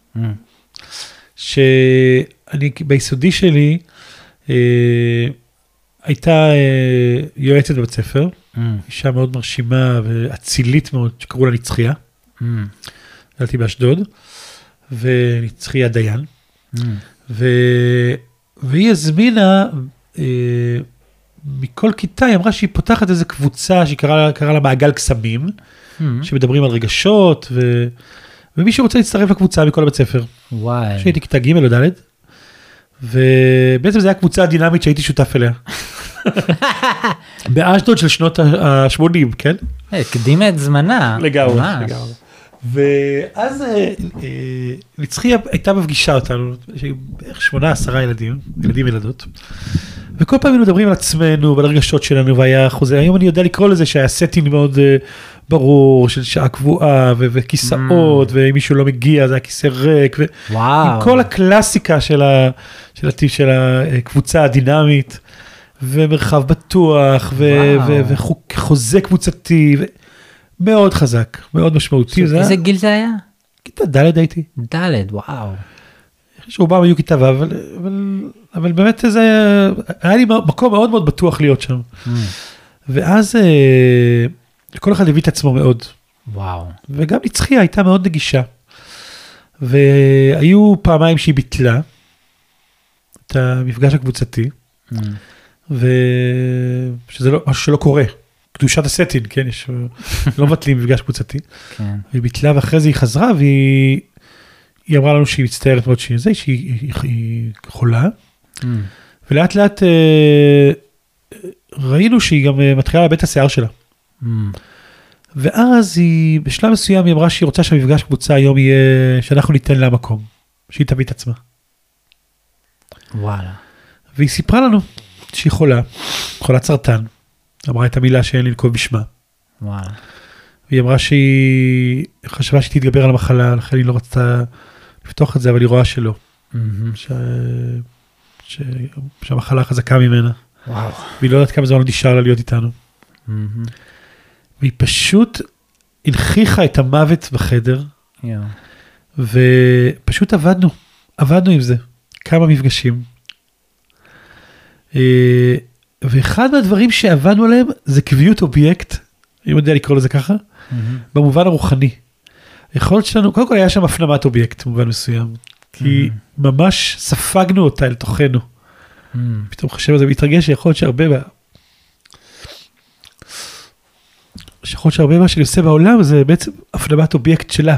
שאני ביסודי שלי, הייתה יועצת בבית ספר, אישה מאוד מרשימה ואצילית מאוד, שקראו לה נצחיה. גדלתי באשדוד, ונצחיה דיין. והיא הזמינה, מכל כיתה, היא אמרה שהיא פותחת איזו קבוצה, שהיא קראה לה מעגל קסמים, שמדברים על רגשות, ומי שרוצה להצטרף לקבוצה מכל הבית ספר. וואי. שהייתי כיתה ג' או ד', ובעצם זו הייתה קבוצה דינמית שהייתי שותף אליה. באשדוד של שנות ה-80, כן? הקדימה את זמנה. לגמרי. ואז נצחיה הייתה בפגישה אותנו, בערך 8-10 ילדים ילדות, וכל פעם היינו מדברים על עצמנו ועל הרגשות שלנו, והיה חוזה, היום אני יודע לקרוא לזה שהיה סטינג מאוד ברור, של שעה קבועה, וכיסאות, ואם מישהו לא מגיע, זה היה כיסא ריק, עם כל הקלאסיקה של הקבוצה הדינמית, ומרחב בטוח, וחוזה קבוצתי, מאוד חזק, מאוד משמעותי. איזה גיל זה היה? כיתה ד' הייתי. ד', וואו. שרובם היו כיתה ו', אבל באמת זה, היה לי מקום מאוד מאוד בטוח להיות שם. ואז כל אחד הביא את עצמו מאוד. וואו. וגם נצחיה הייתה מאוד נגישה. והיו פעמיים שהיא ביטלה את המפגש הקבוצתי, ושזה משהו שלא קורה. קדושת הסטין, כן, לא מבטלים מפגש קבוצתי. היא ביטלה ואחרי זה היא חזרה, והיא אמרה לנו שהיא מצטערת מאוד שהיא חולה, ולאט לאט ראינו שהיא גם מתחילה לאבד את השיער שלה. ואז היא, בשלב מסוים היא אמרה שהיא רוצה שהמפגש קבוצה היום יהיה, שאנחנו ניתן לה מקום, שהיא תביא את עצמה. וואלה. והיא סיפרה לנו שהיא חולה, חולת סרטן, אמרה את המילה שאין לנקוב בשמה. וואלה. והיא אמרה שהיא חשבה שהיא תתגבר על המחלה, לכן היא לא רצתה לפתוח את זה, אבל היא רואה שלא. שהמחלה חזקה ממנה. וואו. והיא לא יודעת כמה זמן עוד נשאר לה להיות איתנו. והיא פשוט הנכיחה את המוות בחדר, ופשוט עבדנו עם זה, כמה מפגשים. ואחד מהדברים שעבדנו עליהם, זה קביעות אובייקט, אני יודע לקרוא לזה ככה, במובן הרוחני. היכולת שלנו, קודם כל היה שם הפנמת אובייקט, במובן מסוים, כי ממש ספגנו אותה אל תוכנו. פתאום חושב על זה מתרגש, שיכול שהרבה מה שאני עושה בעולם, זה בעצם הפנמת אובייקט שלה.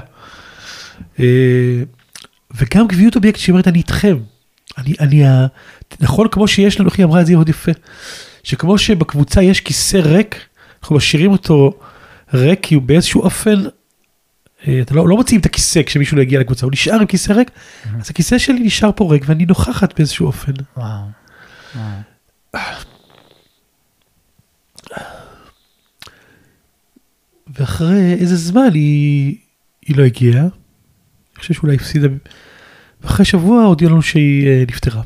וגם קביעות אובייקט שאומרת, אני איתכם. נכון, כמו שיש לנו, היא אמרה את זה מאוד יפה, שכמו שבקבוצה יש כיסא ריק, אנחנו משאירים אותו ריק, כי הוא באיזשהו אופן, אתה לא מוצאים את הכיסא כשמישהו לא הגיע לקבוצה, הוא נשאר עם כיסא ריק, אז הכיסא שלי נשאר פה ריק, ואני נוכחת באיזשהו אופן. וואו. ואחרי איזה זמן היא לא הגיעה, אני חושב שאולי הפסידה, ואחרי שבוע הודיעו לנו שהיא נפטרה.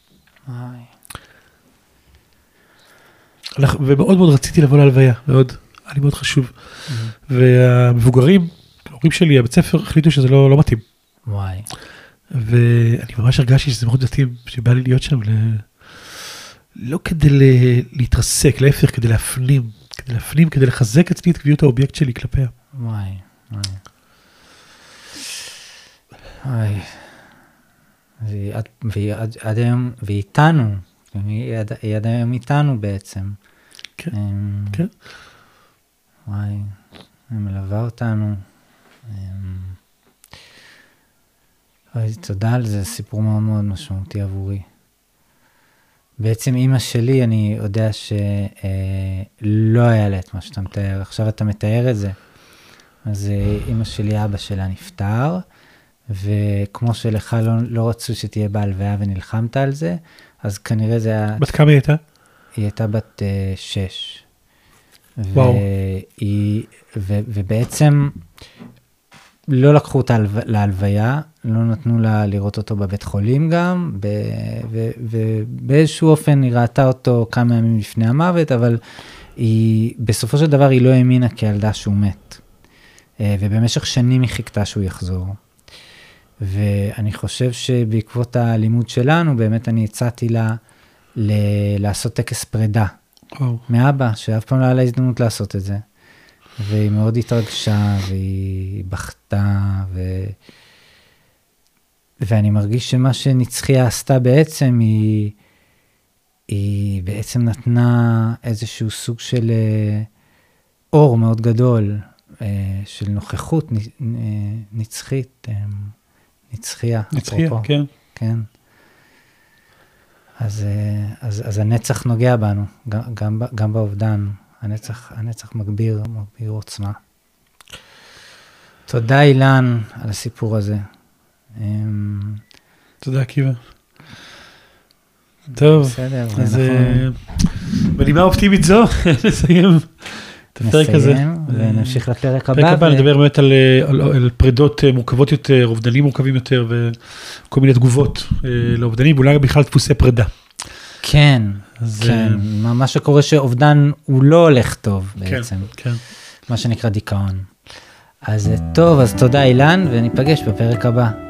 ומאוד מאוד רציתי לבוא להלוויה, מאוד, היה לי מאוד חשוב. והמבוגרים, ההורים שלי, הבית ספר, החליטו שזה לא מתאים. וואי. ואני ממש הרגשתי שזה מאוד מתאים, שבא לי להיות שם, לא כדי להתרסק, להפך, כדי להפנים, כדי לחזק אצלי את קביעות האובייקט שלי כלפיה. וואי. והיא עד היום, והיא איתנו, היא עד היום איתנו בעצם. כן. וואי, היא מלווה אותנו. תודה על זה, סיפור מאוד מאוד משמעותי עבורי. בעצם אמא שלי, אני יודע שלא היה לה את מה שאתה מתאר, עכשיו אתה מתאר את זה. אז אמא שלי, אבא שלה נפטר, וכמו שלך לא רצו שתהיה בהלוויה ונלחמת על זה, אז כנראה זה היה... בת כמה היא הייתה? היא הייתה בת 6. וואו. ובעצם לא לקחו אותה להלוויה, לא נתנו לה לראות אותו בבית חולים גם, ובאיזשהו אופן היא ראתה אותו כמה ימים לפני המוות, אבל בסופו של דבר היא לא האמינה כילדה שהוא מת. ובמשך שנים היא חיכתה שהוא יחזור. ואני חושב שבעקבות הלימוד שלנו, באמת אני הצעתי לה לעשות טקס פרידה. מאבא, שאף פעם לא היה לה הזדמנות לעשות את זה. והיא מאוד התרגשה, והיא בכתה, ואני מרגיש שמה שנצחיה עשתה בעצם, היא בעצם נתנה איזשהו סוג של אור מאוד גדול, של נוכחות נצחית, נצחיה, אפרופו. כן. כן. אז הנצח נוגע בנו, גם באובדן. הנצח מגביר עוצמה. תודה אילן על הסיפור הזה. תודה עקיבא. טוב, בסדר, אז בנימה אופטימית זו, נסיים את הפרק הזה. נסיים ונמשיך לפרק הבא. פרק הבא נדבר באמת על פרידות מורכבות יותר, אובדנים מורכבים יותר, וכל מיני תגובות לאובדנים, ואולי בכלל דפוסי פרידה. כן, כן, מה שקורה שאובדן הוא לא הולך טוב בעצם, כן. מה שנקרא דיכאון. אז טוב, אז תודה אילן, וניפגש בפרק הבא.